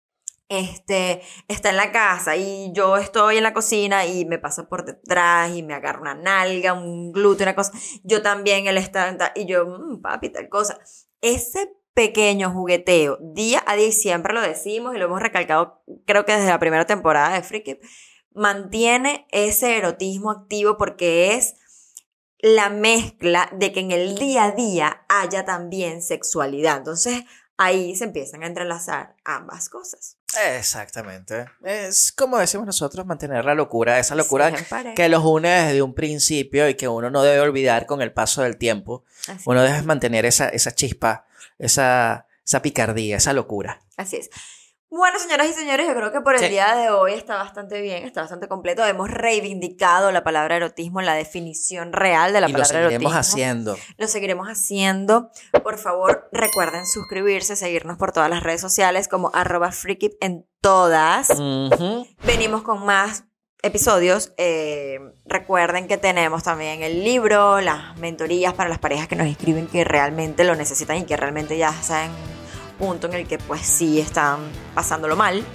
Speaker 1: Este, está en la casa y yo estoy en la cocina y me pasa por detrás y me agarra una nalga, un glúteo, una cosa. Yo también, él está, en ta- y yo, mmm, papi, tal cosa. Ese pequeño jugueteo, día a día, y siempre lo decimos y lo hemos recalcado, creo que desde la primera temporada de Freaky, mantiene ese erotismo activo porque es la mezcla de que en el día a día haya también sexualidad. Entonces, ahí se empiezan a entrelazar ambas cosas.
Speaker 2: Exactamente. Es como decimos nosotros, mantener la locura, esa locura
Speaker 1: Sí, en pareja.
Speaker 2: que los une desde un principio y que uno no debe olvidar con el paso del tiempo.
Speaker 1: Así,
Speaker 2: Uno debe mantener esa, esa chispa, esa, esa picardía, esa locura.
Speaker 1: así es. Bueno, señoras y señores, yo creo que por el
Speaker 2: Sí.
Speaker 1: día de hoy está bastante bien, está bastante completo. Hemos reivindicado la palabra erotismo, la definición real de la
Speaker 2: Y lo
Speaker 1: palabra
Speaker 2: seguiremos
Speaker 1: erotismo.
Speaker 2: haciendo.
Speaker 1: Lo seguiremos haciendo. Por favor, recuerden suscribirse, seguirnos por todas las redes sociales como arroba freakip en todas.
Speaker 2: Ujú.
Speaker 1: Venimos con más episodios. Eh, recuerden que tenemos también el libro, las mentorías para las parejas que nos escriben que realmente lo necesitan y que realmente ya están en un punto en el que pues sí están pasándolo mal.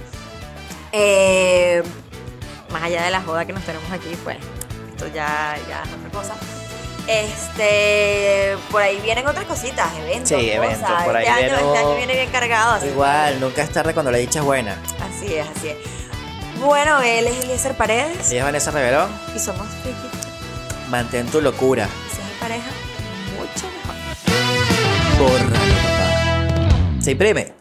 Speaker 1: Eh, más allá de la joda que nos tenemos aquí, pues esto ya, ya es otra cosa. Este, por ahí vienen otras cositas, eventos.
Speaker 2: Sí, eventos,
Speaker 1: cosas.
Speaker 2: por ahí
Speaker 1: este, año,
Speaker 2: viene-
Speaker 1: este año viene bien cargado. Así,
Speaker 2: Igual, nunca es tarde cuando la dicha es buena.
Speaker 1: así es, así es. Bueno, él es Eliezer Paredes
Speaker 2: Ella es Vanessa Reverón.
Speaker 1: y somos friki.
Speaker 2: Mantén tu locura.
Speaker 1: Si es de pareja, mucho mejor.
Speaker 3: Bórralo, papá.
Speaker 2: Se imprime.